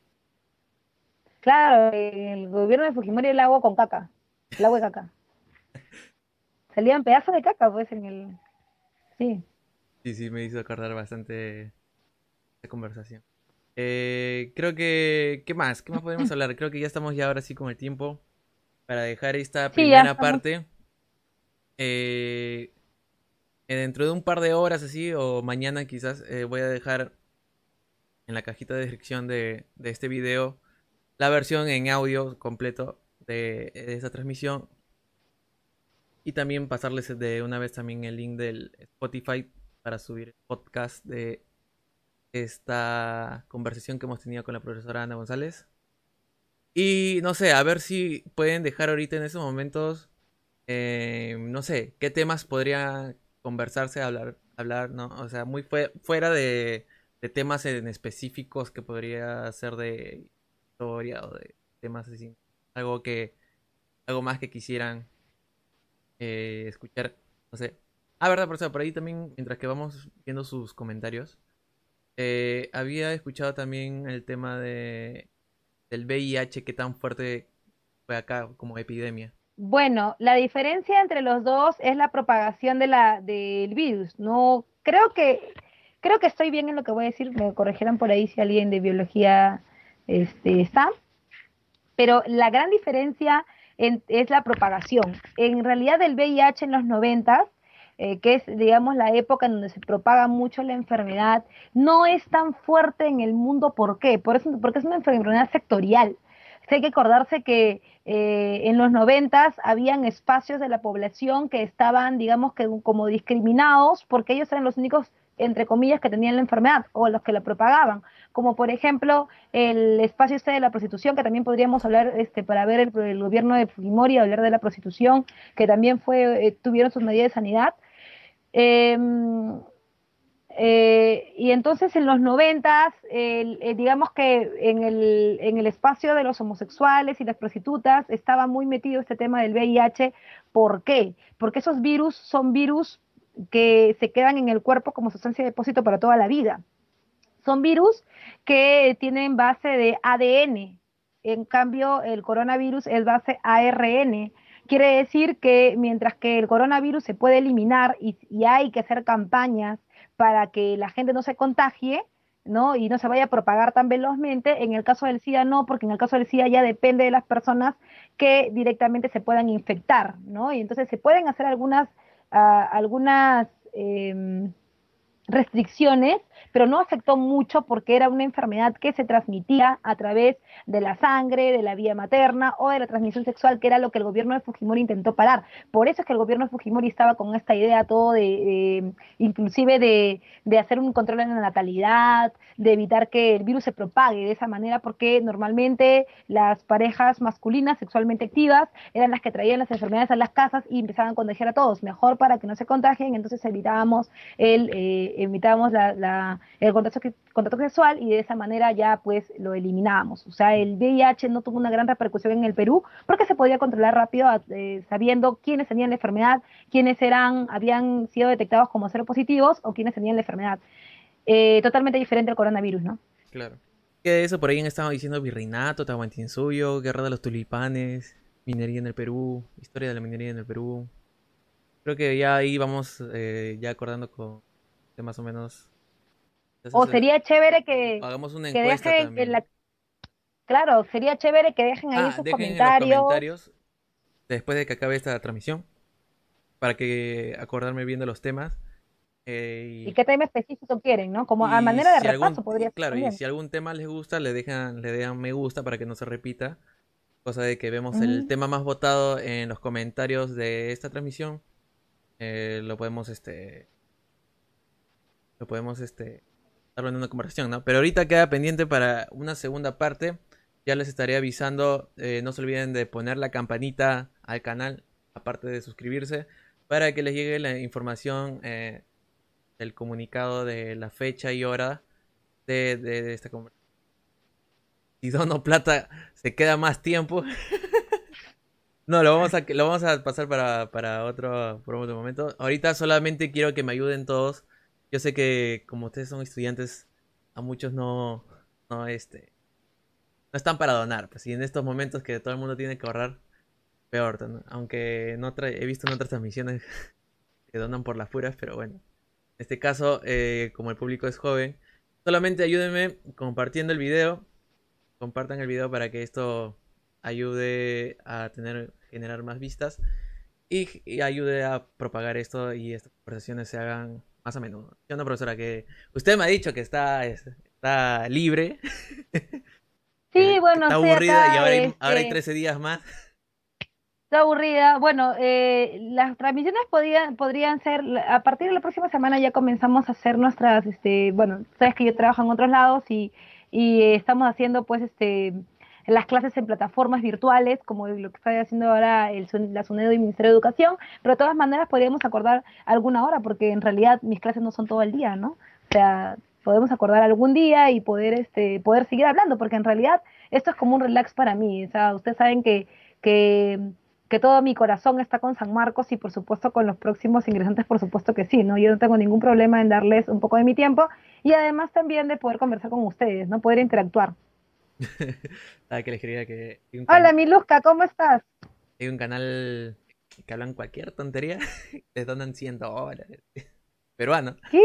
Claro, el gobierno de Fujimori el agua con caca, el agua de caca. Salían pedazos de caca, pues, en el... Sí. Sí, sí, me hizo acordar bastante esta conversación. Eh, creo que... ¿Qué más? ¿Qué más podemos hablar? Creo que ya estamos ya ahora sí con el tiempo para dejar esta Sí, ya primera estamos. parte. Eh, eh, dentro de un par de horas así, o mañana quizás, eh, voy a dejar en la cajita de descripción de, de este video la versión en audio completo de, de esta transmisión. Y también pasarles de una vez también el link del Spotify para subir el podcast de esta conversación que hemos tenido con la profesora Ana González. Y no sé, a ver si pueden dejar ahorita en estos momentos, eh, no sé, qué temas podría conversarse, hablar, hablar, ¿no? O sea, muy fue- fuera de, de temas en específicos que podría ser de historia o de temas así. Algo que, algo más que quisieran eh, escuchar, no sé. Ah, verdad, por eso, por ahí también, mientras que vamos viendo sus comentarios, eh, había escuchado también el tema de del V I H, qué tan fuerte fue acá como epidemia. Bueno, la diferencia entre los dos es la propagación de la, del virus. No, creo que, creo que estoy bien en lo que voy a decir, me corregirán por ahí si alguien de biología este, está, pero la gran diferencia en- es la propagación. En realidad el V I H en los noventas, eh, que es, digamos, la época en donde se propaga mucho la enfermedad, no es tan fuerte en el mundo. ¿Por qué? Por eso, porque es una enfermedad sectorial. Sí, hay que acordarse que eh, en los noventas habían espacios de la población que estaban, digamos, que como discriminados porque ellos eran los únicos, entre comillas, que tenían la enfermedad o los que la propagaban, como por ejemplo el espacio este de la prostitución, que también podríamos hablar este, para ver el, el gobierno de Fujimori, hablar de la prostitución, que también fue, eh, tuvieron sus medidas de sanidad. Eh, eh, y entonces en los noventas, el- eh, digamos que en el, en el espacio de los homosexuales y las prostitutas estaba muy metido este tema del V I H. ¿Por qué? Porque esos virus son virus que se quedan en el cuerpo como sustancia de depósito para toda la vida. Son virus que tienen base de A D N. En cambio, el coronavirus es base A R N. Quiere decir que mientras que el coronavirus se puede eliminar y, y hay que hacer campañas para que la gente no se contagie, ¿no? Y no se vaya a propagar tan velozmente, en el caso del SIDA no, porque en el caso del SIDA ya depende de las personas que directamente se puedan infectar, ¿no? Y entonces se pueden hacer algunas, uh, algunas eh, restricciones, pero no afectó mucho porque era una enfermedad que se transmitía a través de la sangre, de la vía materna o de la transmisión sexual, que era lo que el gobierno de Fujimori intentó parar. Por eso es que el gobierno de Fujimori estaba con esta idea todo de, de inclusive de, de hacer un control en la natalidad, de evitar que el virus se propague de esa manera, porque normalmente las parejas masculinas sexualmente activas eran las que traían las enfermedades a las casas y empezaban a contagiar a todos. Mejor para que no se contagien, entonces evitábamos el, eh, evitábamos la, la, el contacto, contacto sexual y de esa manera ya pues lo eliminábamos. O sea, el V I H no tuvo una gran repercusión en el Perú porque se podía controlar rápido eh, sabiendo quiénes tenían la enfermedad, quiénes eran, habían sido detectados como seropositivos o quiénes tenían la enfermedad. Eh, totalmente diferente al coronavirus, ¿no? Claro. Que de eso por ahí han estado diciendo Virreinato, Tahuantinsuyo, Guerra de los Tulipanes, minería en el Perú, historia de la minería en el Perú. Creo que ya ahí vamos eh, ya acordando con que más o menos. O Entonces, eh, sería chévere que, hagamos una que encuesta dejen en también. la, claro, sería chévere que dejen ahí Ah, sus dejen en los comentarios. comentarios después de que acabe esta transmisión. para que acordarme bien de los temas. Eh, ¿Y y, qué tema específico quieren, no? Como a y manera de si algún, repaso podría ser claro, y también. si algún tema les gusta, le dejan, le dejan me gusta para que no se repita. Cosa de que vemos el Mm. tema más votado en los comentarios de esta transmisión. Eh, lo podemos, este, lo podemos, este, estarlo en una conversación, ¿no? Pero ahorita queda pendiente para una segunda parte. Ya les estaré avisando. Eh, no se olviden de poner la campanita al canal, aparte de suscribirse, para que les llegue la información, eh, del comunicado de la fecha y hora de, de, de esta conversación. Si dono plata, se queda más tiempo. No, lo vamos a, lo vamos a pasar para, para otro, por otro momento. Ahorita solamente quiero que me ayuden todos. Yo sé que como ustedes son estudiantes, a muchos no, no, este, no están para donar. Pues y en estos momentos que todo el mundo tiene que ahorrar, peor, ¿no? Aunque en otra, he visto en otras transmisiones que donan por las puras, pero bueno. En este caso, eh, como el público es joven, solamente ayúdenme compartiendo el video. Compartan el video para que esto ayude a tener, generar más vistas. Y, y ayude a propagar esto y estas conversaciones se hagan más a menudo. Yo no, profesora, que usted me ha dicho que está, es- está libre, Sí, que, que bueno, está estoy aburrida y acá, ahora hay, ahora hay este, trece días más. estoy aburrida. Bueno, eh, las transmisiones podían, podrían ser, a partir de la próxima semana ya comenzamos a hacer nuestras, este, bueno, sabes que yo trabajo en otros lados y, y eh, estamos haciendo pues este las clases en plataformas virtuales, como lo que está haciendo ahora el, Sun- la SUNEDU y el Ministerio de Educación, pero de todas maneras podríamos acordar alguna hora, porque en realidad mis clases no son todo el día, ¿no? O sea, podemos acordar algún día y poder, este, poder seguir hablando, porque en realidad esto es como un relax para mí. O sea, ustedes saben que, que que todo mi corazón está con San Marcos y por supuesto con los próximos ingresantes, por supuesto que sí, ¿no? Yo no tengo ningún problema en darles un poco de mi tiempo y además también de poder conversar con ustedes, ¿no? Poder interactuar. Ah, que les quería que hay un, Hola, can- mi Luzca, ¿cómo estás? hay un canal que hablan cualquier tontería, les donan cien dólares. Peruano. ¿Qué?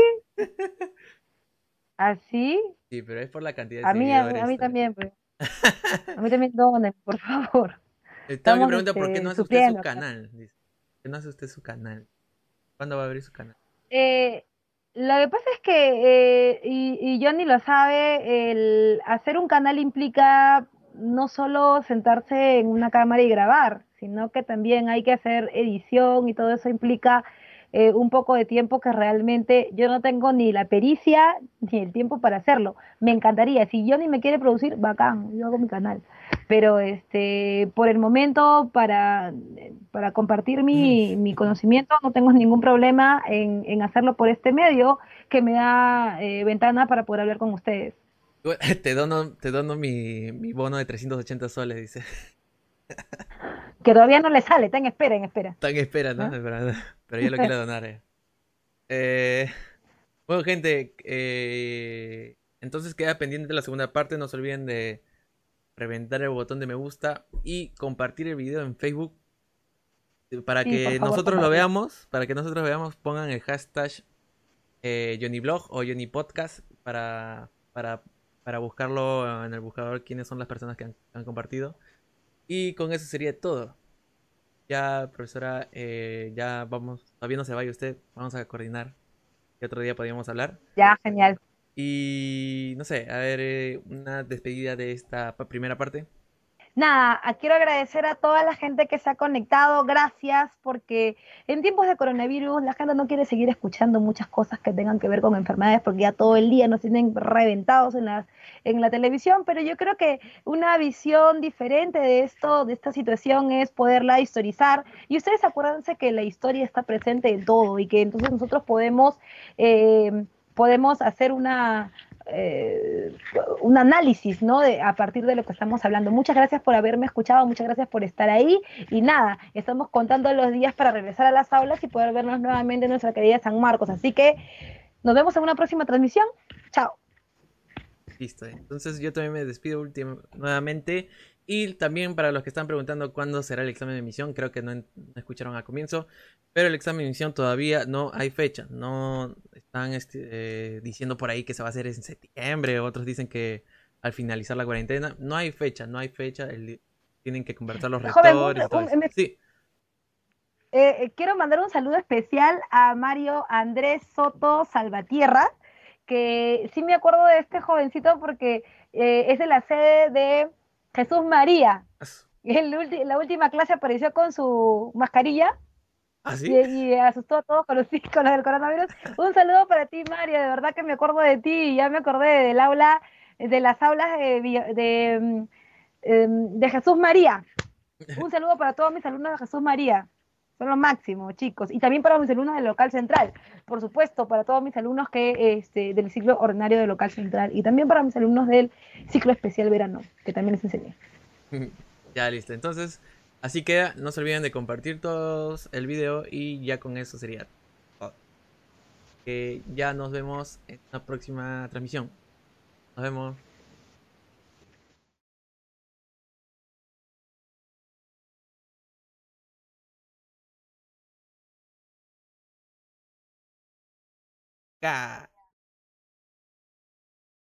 ¿Así? Sí, pero es por la cantidad de A mí, a mí, a seguidores. mí ¿Sabes? también, pues. A mí también, donen, por favor. Estaba me Estamos, pregunta por qué no este, hace usted su sufriendo acá. canal. Dice, ¿por qué no hace usted su canal? ¿Cuándo va a abrir su canal? Eh, lo que pasa es que, eh, y, y Johnny lo sabe, el hacer un canal implica no solo sentarse en una cámara y grabar, sino que también hay que hacer edición y todo eso implica eh, un poco de tiempo que realmente yo no tengo ni la pericia ni el tiempo para hacerlo. Me encantaría, si Johnny me quiere producir, bacán, yo hago mi canal. Pero este, por el momento, para, para compartir mi, mi conocimiento, no tengo ningún problema en, en hacerlo por este medio que me da eh, ventana para poder hablar con ustedes. Te dono, te dono mi, mi bono de trescientos ochenta soles, dice. Que todavía no le sale, está en espera, en espera. Tan espera, ¿no? ¿No? Pero, pero yo lo quiero donar. Eh. Eh, bueno, gente, eh, entonces queda pendiente de la segunda parte. No se olviden de reventar el botón de me gusta y compartir el video en Facebook para Sí, por que favor, nosotros lo compartir. veamos. Para que nosotros veamos, pongan el hashtag eh, JohnnyBlog o Johnny Podcast para, para, para buscarlo en el buscador quiénes son las personas que han, han compartido. Y con eso sería todo. Ya, profesora, eh, ya vamos, todavía no se vaya usted, vamos a coordinar qué otro día podríamos hablar. Ya, genial. Y no sé, a ver, eh, una despedida de esta pa- primera parte. Nada, a- quiero agradecer a toda la gente que se ha conectado, gracias, porque en tiempos de coronavirus la gente no quiere seguir escuchando muchas cosas que tengan que ver con enfermedades, porque ya todo el día nos tienen reventados en las, en la televisión, pero yo creo que una visión diferente de esto, de esta situación, es poderla historizar. Y ustedes acuérdense que la historia está presente en todo y que entonces nosotros podemos, eh, podemos hacer una eh, un análisis, ¿no? De, a partir de lo que estamos hablando. Muchas gracias por haberme escuchado, muchas gracias por estar ahí y nada, estamos contando los días para regresar a las aulas y poder vernos nuevamente en nuestra querida San Marcos. Así que nos vemos en una próxima transmisión. Chao. Listo. Entonces yo también me despido últim- nuevamente. Y también para los que están preguntando cuándo será el examen de admisión, creo que no, en- no escucharon al comienzo, pero el examen de admisión todavía no hay fecha. No están este, eh, diciendo por ahí que se va a hacer en septiembre, otros dicen que al finalizar la cuarentena. No hay fecha, no hay fecha. el- tienen que conversar los Joven, un, rectores y todo un, eso. me, Sí, Eh, eh, quiero mandar un saludo especial a Mario Andrés Soto Salvatierra, que sí me acuerdo de este jovencito porque eh, es de la sede de Jesús María. El ulti- la última clase apareció con su mascarilla ¿Ah, y, sí? y asustó a todos con los, con los del coronavirus. Un saludo para ti, Mario, de verdad que me acuerdo de ti y ya me acordé del aula, de las aulas de, Villa- de, mm, em, de Jesús María. Un saludo para todos mis alumnos de Jesús María. Son los máximos, chicos. Y también para mis alumnos del local central. Por supuesto, para todos mis alumnos que este, del ciclo ordinario del local central. Y también para mis alumnos del ciclo especial verano, que también les enseñé. Ya listo. Entonces, así queda. No se olviden de compartir todos el video y ya con eso sería todo. Que ya nos vemos en una próxima transmisión. Nos vemos. Ca-